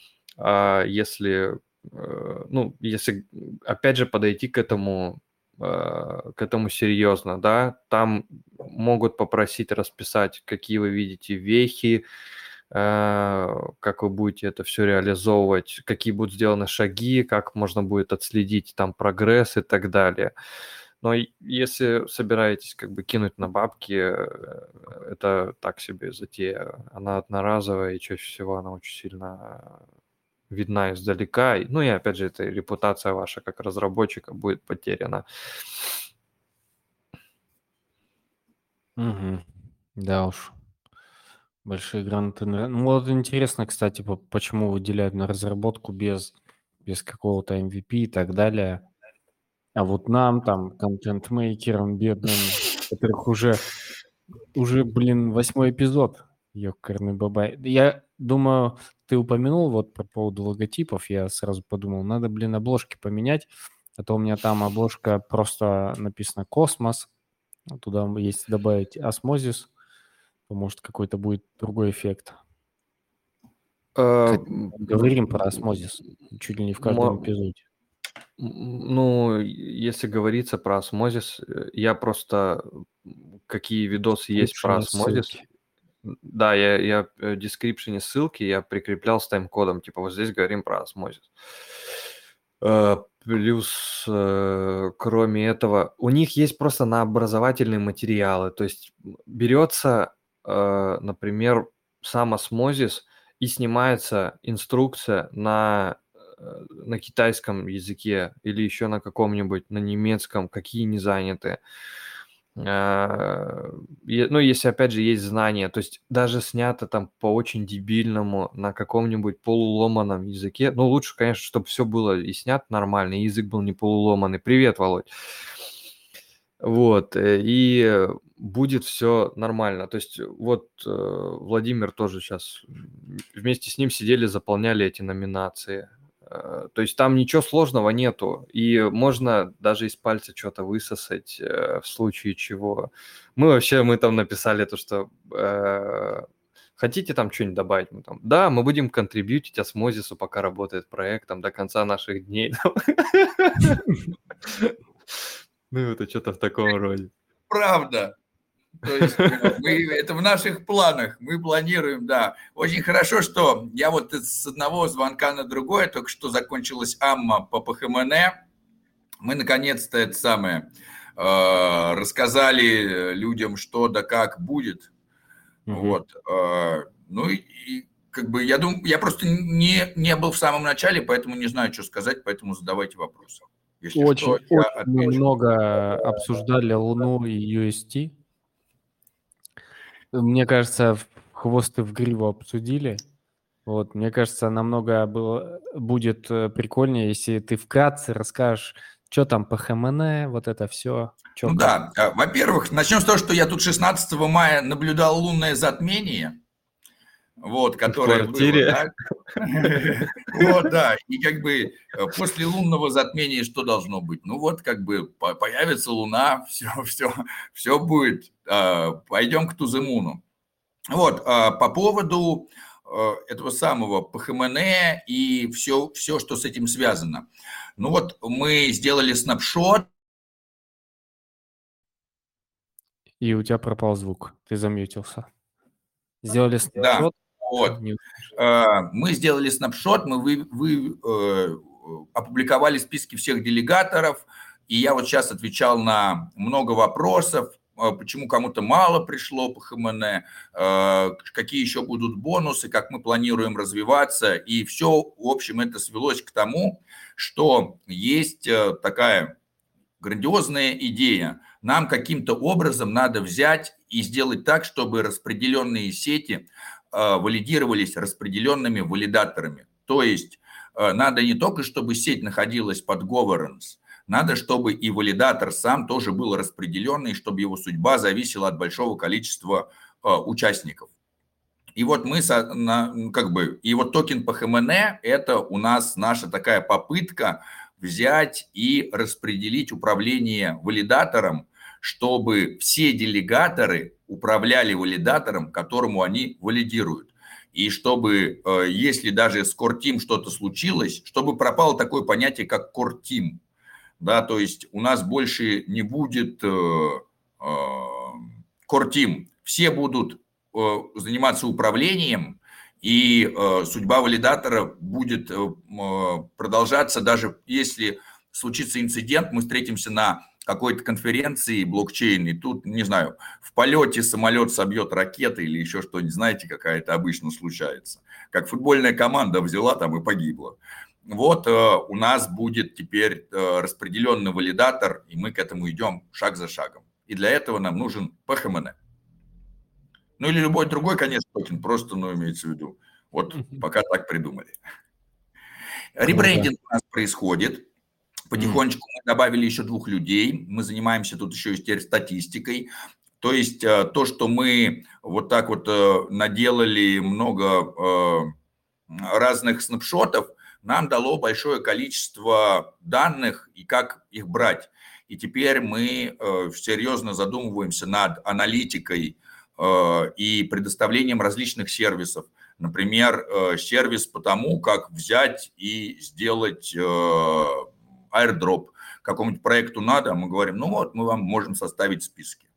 если опять же подойти к этому серьезно, да, там могут попросить расписать, какие вы видите вехи, как вы будете это все реализовывать, какие будут сделаны шаги, как можно будет отследить там прогресс и так далее. Но если собираетесь как бы кинуть на бабки, это так себе затея. Она одноразовая, и чаще всего она очень сильно видна издалека. Ну и опять же, это репутация ваша как разработчика будет потеряна. Угу. Да уж, большие гранты. Ну вот интересно, кстати, почему выделяют на разработку без какого-то MVP и так далее. А вот нам, там, контент-мейкерам бедным, которых уже, блин, 8-й эпизод, ёкарный бабай. Я думаю, ты упомянул вот по поводу логотипов, я сразу подумал, надо, блин, обложки поменять, а то у меня там обложка просто написано «Космос», а туда если добавить «Осмозис», то, может, какой-то будет другой эффект. Хотя говорим про «Осмозис» чуть ли не в каждом эпизоде. Ну, если говорится про осмозис, я просто какие видосы есть про Description осмозис. ссылки. Да, я в description ссылки я прикреплял с тайм-кодом, типа вот здесь говорим про осмозис. Плюс, кроме этого, у них есть просто на образовательные материалы. То есть берется, например, сам осмозис и снимается инструкция на китайском языке или еще на каком-нибудь, на немецком, какие не заняты. Ну, если, опять же, есть знания, то есть даже снято там по очень дебильному на каком-нибудь полуломаном языке, ну, лучше, конечно, чтобы все было и снято нормально, и язык был не полуломанный. Привет, Володь. Вот, и будет все нормально. То есть вот Владимир тоже сейчас вместе с ним сидели, заполняли эти номинации. То есть там ничего сложного нету, и можно даже из пальца что-то высосать в случае чего. Мы там написали то, что хотите там что-нибудь добавить? Мы там, да, мы будем контрибьютить осмозису, пока работает проект, там, до конца наших дней. Ну, это что-то в таком роде. Правда. То есть это в наших планах, мы планируем, да. Очень хорошо, что я вот с одного звонка на другое, только что закончилась Амма по ПХМН, мы наконец-то это самое рассказали людям, что да как будет. Вот. Ну и как бы я думаю, я просто не был в самом начале, поэтому не знаю, что сказать, поэтому задавайте вопросы. Если Очень что, я мы отвечу. много обсуждали Луну и UST. Мне кажется, в хвост и в гриву обсудили. Вот, мне кажется, намного будет прикольнее, если ты вкратце расскажешь, что там по ХМН, вот это все. Ну да, во-первых, начнем с того, что я тут 16 мая наблюдал лунное затмение, вот, которое было, да? Вот, да, и как бы после лунного затмения что должно быть? Ну вот, как бы появится луна, все будет, пойдем к Туземуну. Вот, по поводу этого самого ПХМН и все, что с этим связано. Ну вот, мы сделали снапшот. И у тебя пропал звук, ты замьютился. Сделали снапшот? Да, вот. Мы сделали снапшот, мы опубликовали списки всех делегаторов, и я вот сейчас отвечал на много вопросов, почему кому-то мало пришло по ХМН, какие еще будут бонусы, как мы планируем развиваться, и все, в общем, это свелось к тому, что есть такая грандиозная идея. Нам каким-то образом надо взять и сделать так, чтобы распределенные сети валидировались распределенными валидаторами. То есть надо не только, чтобы сеть находилась под governance, надо, чтобы и валидатор сам тоже был распределенный, чтобы его судьба зависела от большого количества участников. И вот мы, как бы, и вот токен по ХМН – это у нас наша такая попытка взять и распределить управление валидатором, чтобы все делегаторы управляли валидатором, которому они валидируют. И чтобы, если даже с Core Team что-то случилось, чтобы пропало такое понятие, как Core Team. Да, то есть у нас больше не будет Core Team. Все будут заниматься управлением, и судьба валидатора будет продолжаться, даже если случится инцидент, мы встретимся на какой-то конференции блокчейн, и тут, не знаю, в полете самолет собьет ракеты или еще что-нибудь, знаете, какая-то обычно случается. Как футбольная команда взяла там и погибла. Вот у нас будет теперь распределенный валидатор, и мы к этому идем шаг за шагом. И для этого нам нужен ПХМН. Ну или любой другой, конечно, токен, просто, ну, имеется в виду. Вот пока так придумали. Ребрендинг у нас происходит. Потихонечку мы добавили еще 2 людей. Мы занимаемся тут еще и теперь статистикой. То есть то, что мы вот так вот наделали много разных снапшотов, нам дало большое количество данных и как их брать. И теперь мы серьезно задумываемся над аналитикой и предоставлением различных сервисов. Например, сервис по тому, как взять и сделать airdrop. Какому-нибудь проекту надо, мы говорим, ну вот, мы вам можем составить списки.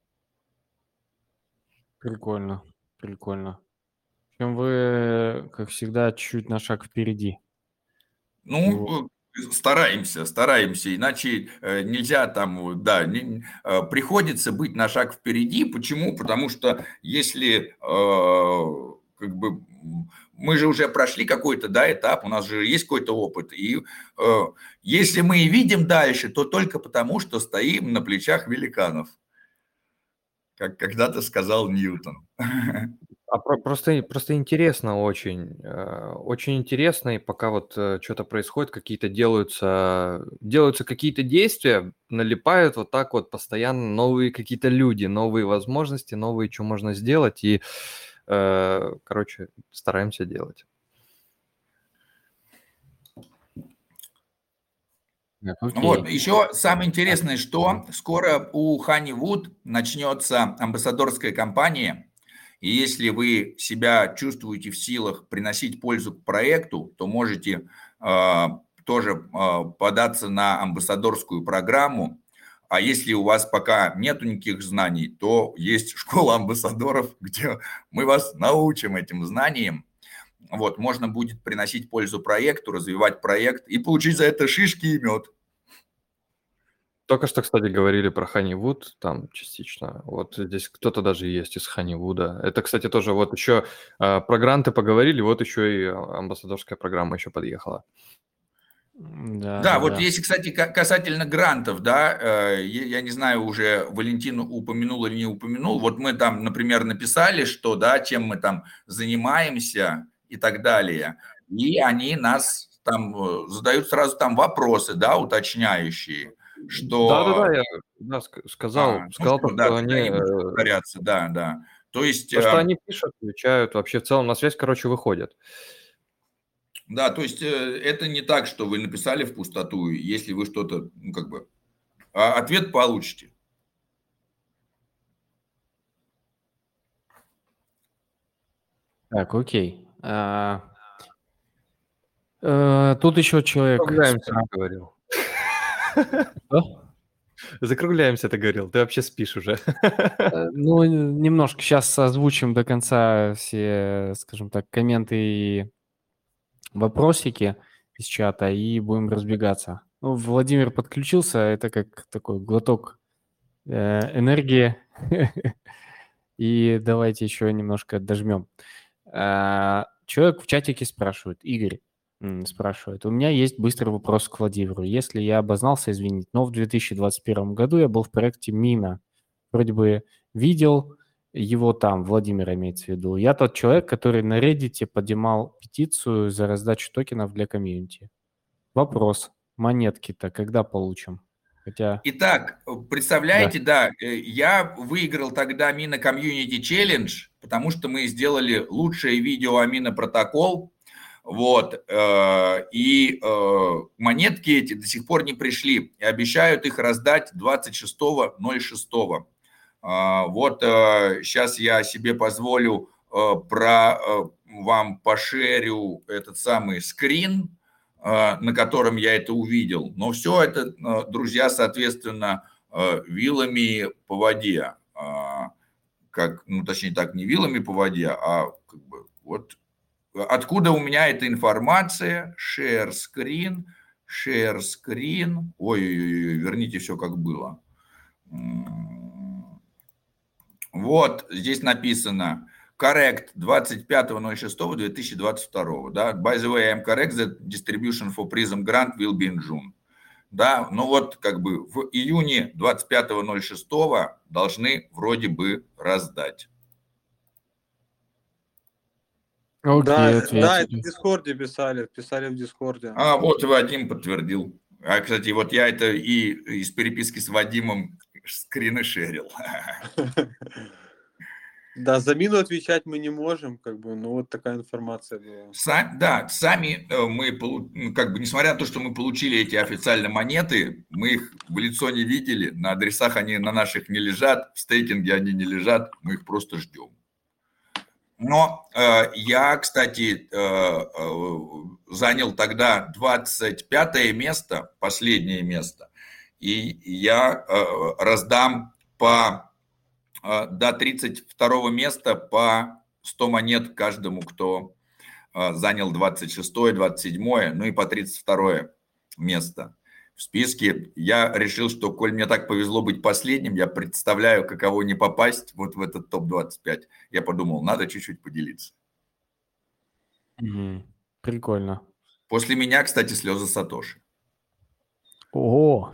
Прикольно, прикольно. Причем вы, как всегда, чуть на шаг впереди. Ну, стараемся, иначе нельзя там, да, приходится быть на шаг впереди. Почему? Потому что если как бы мы же уже прошли какой-то, да, этап, у нас же есть какой-то опыт, и если мы и видим дальше, то только потому, что стоим на плечах великанов, как когда-то сказал Ньютон. Просто интересно очень. Очень интересно, и пока вот что-то происходит, какие-то делаются какие-то действия, налипают вот так вот постоянно новые какие-то люди, новые возможности, новые, что можно сделать, и, короче, стараемся делать. Так, Вот, окей. еще самое интересное, что скоро у Honeywood начнется амбассадорская кампания, и если вы себя чувствуете в силах приносить пользу к проекту, то можете тоже податься на амбассадорскую программу. А если у вас пока нет никаких знаний, то есть школа амбассадоров, где мы вас научим этим знаниям. Вот, можно будет приносить пользу проекту, развивать проект и получить за это шишки и мед. Только что, кстати, говорили про Honeywood, там частично. Вот здесь кто-то даже есть из Honeywood. Это, кстати, тоже вот еще про гранты поговорили, вот еще и амбассадорская программа еще подъехала. Да, вот если, кстати, касательно грантов, да, я не знаю, уже Валентин упомянул или не упомянул, вот мы там, например, написали, что, да, чем мы там занимаемся и так далее, и они нас там задают сразу там вопросы, да, уточняющие, что... Да, сказал, ну что, да, что тогда они... не будем повторяться, да. То есть... То, что они пишут, отвечают, вообще в целом на связь, короче, выходят. Да, то есть это не так, что вы написали в пустоту, если вы что-то, ну, как бы, ответ получите. Так, окей. Тут еще человек... Закругляемся, ты говорил. Что? Закругляемся, ты говорил. Ты вообще спишь уже. Ну, немножко сейчас озвучим до конца все, скажем так, комменты и вопросики из чата, и будем разбегаться. Ну, Владимир подключился, это как такой глоток энергии. И давайте еще немножко дожмем. Человек в чатике спрашивает, Игорь спрашивает, у меня есть быстрый вопрос к Владимиру. Если я обознался, извините, но в 2021 году я был в проекте Мина. Вроде бы видел его там, Владимир имеется в виду. Я тот человек, который на Reddit поднимал петицию за раздачу токенов для комьюнити. Вопрос, монетки-то когда получим? Хотя... Итак, представляете, да, я выиграл тогда Mina Community Challenge, потому что мы сделали лучшее видео о Mina протокол, вот, и монетки эти до сих пор не пришли, и обещают их раздать 26.06. Вот сейчас я себе позволю вам пошерю этот самый скрин, на котором я это увидел. Но все это, друзья, соответственно, вилами по воде. Точнее так, не вилами по воде, а как бы вот откуда у меня эта информация. Share screen. Ой-ой-ой, верните все как было. Вот здесь написано correct 25.06.2022. Да? By the way, I'm correct that distribution for Prism Grant will be in June. Да, ну вот как бы в июне 25.06 должны вроде бы раздать. Окей, Да, это в ответили. Дискорде писали в Дискорде. А вот Вадим подтвердил. А, кстати, вот я это и из переписки с Вадимом скрины шерил. Да, за мину отвечать мы не можем, как бы, но вот такая информация была. Да, сами мы, как бы, несмотря на то, что мы получили эти официальные монеты, мы их в лицо не видели, на адресах они на наших не лежат, в стейкинге они не лежат, мы их просто ждем. Но я, кстати, занял тогда 25 место, последнее место, и я раздам до 32 места по 100 монет каждому, кто занял 26-е, 27-е, ну и по 32-е место в списке. Я решил, что, коль мне так повезло быть последним, я представляю, каково не попасть вот в этот топ-25. Я подумал, надо чуть-чуть поделиться. Прикольно. После меня, кстати, слезы Сатоши. О,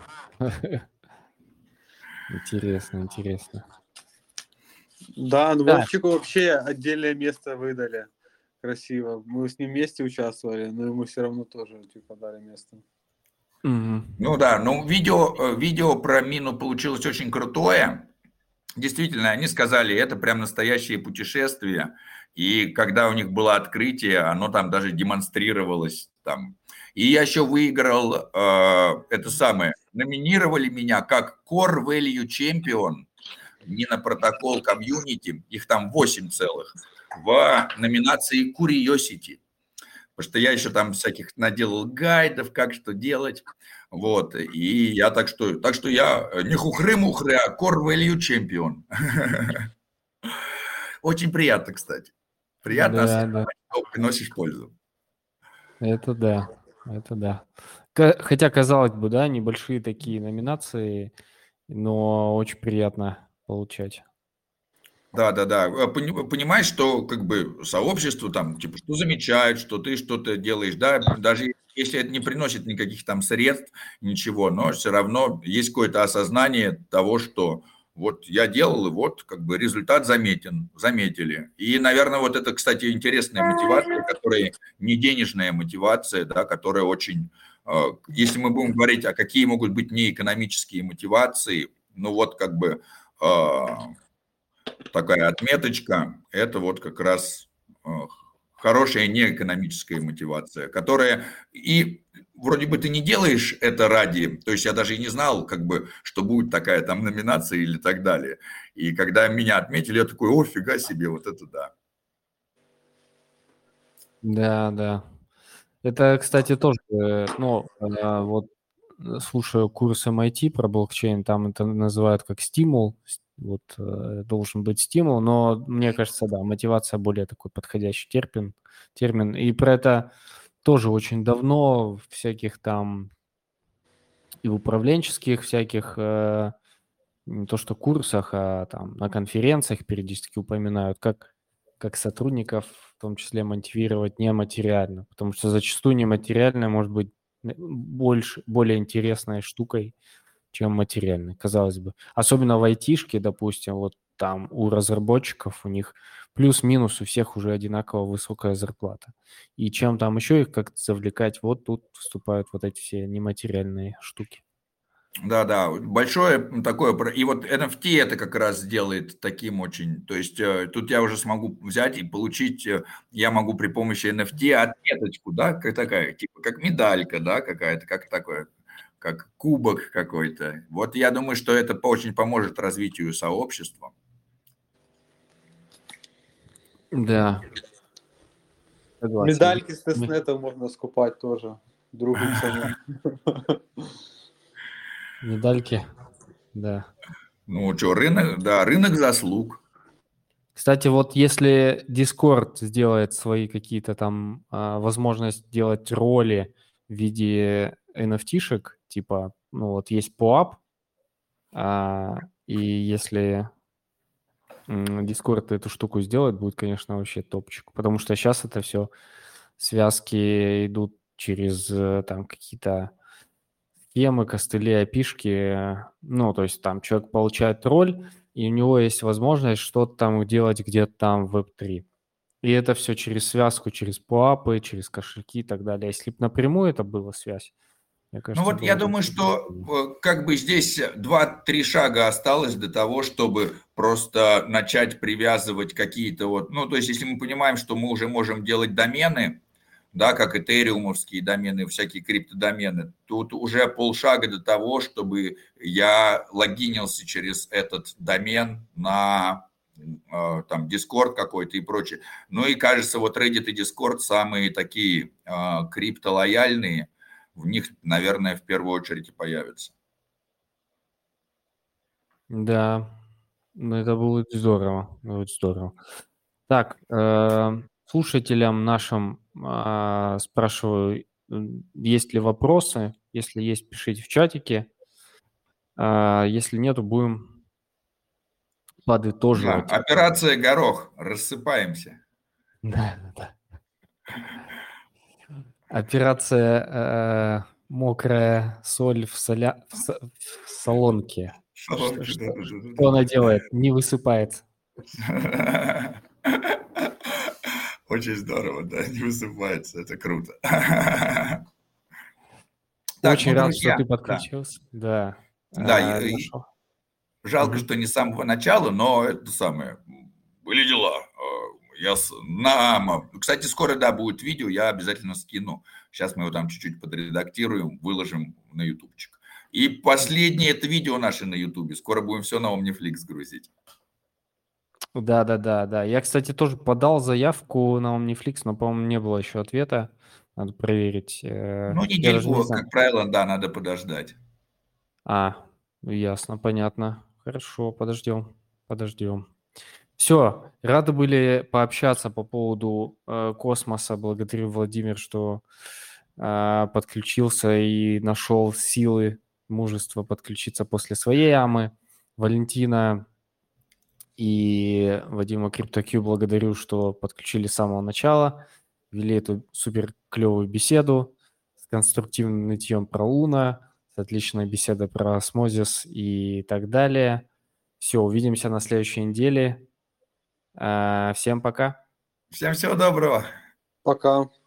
интересно. Да, ну Да. Вовчику вообще отдельное место выдали. Красиво. Мы с ним вместе участвовали, но ему все равно тоже типа дали место. Ну да, ну видео про мину получилось очень крутое. Действительно, они сказали, это прям настоящее путешествие. И когда у них было открытие, оно там даже демонстрировалось там. И я еще выиграл номинировали меня как Core Value Champion Минопротокол Комьюнити, их там 8 целых, в номинации Curiosity. Потому что я еще там всяких наделал гайдов, как что делать. Вот, и я так что я не хухры-мухры, а Core Value Champion. Очень приятно, кстати. Приятно осознавать, что приносишь пользу. Это да. Хотя, казалось бы, да, небольшие такие номинации, но очень приятно получать. Да. Понимаешь, что как бы сообщество там, типа, что замечает, что ты что-то делаешь, да, даже если это не приносит никаких там средств, ничего, но все равно есть какое-то осознание того, что вот я делал, и вот как бы результат заметили. И, наверное, вот это, кстати, интересная мотивация, которая не денежная мотивация, да, которая очень, если мы будем говорить, а какие могут быть неэкономические мотивации, ну вот как бы такая отметочка, это вот как раз хорошая неэкономическая мотивация, которая и вроде бы ты не делаешь это ради, то есть я даже и не знал, как бы, что будет такая там номинация или так далее. И когда меня отметили, я такой, о, фига себе, вот это да. Да. Это, кстати, тоже, ну, вот слушаю курс MIT про блокчейн, там это называют как стимул, вот должен быть стимул, но мне кажется, да, мотивация более такой подходящий термин. И про это тоже очень давно в всяких там и в управленческих всяких, не то что курсах, а там на конференциях периодически упоминают, как сотрудников в том числе мотивировать нематериально, потому что зачастую нематериальное может быть более интересной штукой, чем материальной, казалось бы. Особенно в айтишке, допустим, вот там у разработчиков, у них плюс-минус у всех уже одинаково высокая зарплата. И чем там еще их как-то завлекать, вот тут вступают вот эти все нематериальные штуки. Да, большое такое, и вот NFT это как раз делает таким очень, то есть тут я уже смогу взять и получить, я могу при помощи NFT отметочку, да, как такая, типа как медалька, да, какая-то, как такое, как кубок какой-то. Вот я думаю, что это очень поможет развитию сообщества. Да. Согласен. Медальки с тестнета можно скупать тоже. Другу цену. Медальки, да. Ну что, рынок заслуг. Кстати, вот если Discord сделает свои какие-то там возможность делать роли в виде NFT-шек, типа, ну вот есть POAP, и если Discord эту штуку сделает, будет, конечно, вообще топчик, потому что сейчас это все связки идут через там какие-то схемы, костыли, опишки, ну, то есть там человек получает роль, и у него есть возможность что-то там делать где-то там в Web3. И это все через связку, через пуапы, через кошельки и так далее. Если бы напрямую это была связь, мне Ну кажется, вот я было бы думаю, что как бы здесь 2-3 шага осталось до того, чтобы просто начать привязывать какие-то вот, ну то есть если мы понимаем, что мы уже можем делать домены, да, как этериумовские домены, всякие криптодомены, тут уже полшага до того, чтобы я логинился через этот домен на там Discord какой-то и прочее. Ну и кажется, вот Reddit и Discord самые такие криптолояльные, в них, наверное, в первую очередь и появится. Да, ну это будет здорово, будет здорово. Так, слушателям нашим спрашиваю, есть ли вопросы? Если есть, пишите в чатике. Если нету, будем Да, подытоживать. операция «Горох». Рассыпаемся. Да, да. Операция «Мокрая соль в солонке». Солонки, Что она делает? Не высыпается. Очень здорово, да, не высыпается, это круто. Очень рад, что друзья, ты да, подключился. Да. да, Нашел. жалко, Мгм. что не с самого начала, но это самое, были дела. Кстати, скоро, да, будет видео, я обязательно скину. Сейчас мы его там чуть-чуть подредактируем, выложим на ютубчик. И последнее это видео наше на ютубе. Скоро будем все на Omniflix грузить. Да. Я, кстати, тоже подал заявку на Omniflix, но, по-моему, не было еще ответа. Надо проверить. Ну, Я даже не недельку, знаю. как правило, да, надо подождать. Ясно, понятно. Хорошо, подождем. Все, рады были пообщаться по поводу космоса. Благодарю, Владимир, что подключился и нашел силы, мужество подключиться после своей ямы. Валентина и Вадима CryptoQ благодарю, что подключили с самого начала, вели эту супер клевую беседу с конструктивным нытьем про Луна, с отличной беседой про осмозис и так далее. Все, увидимся на следующей неделе. Всем пока. Всем всего доброго. Пока.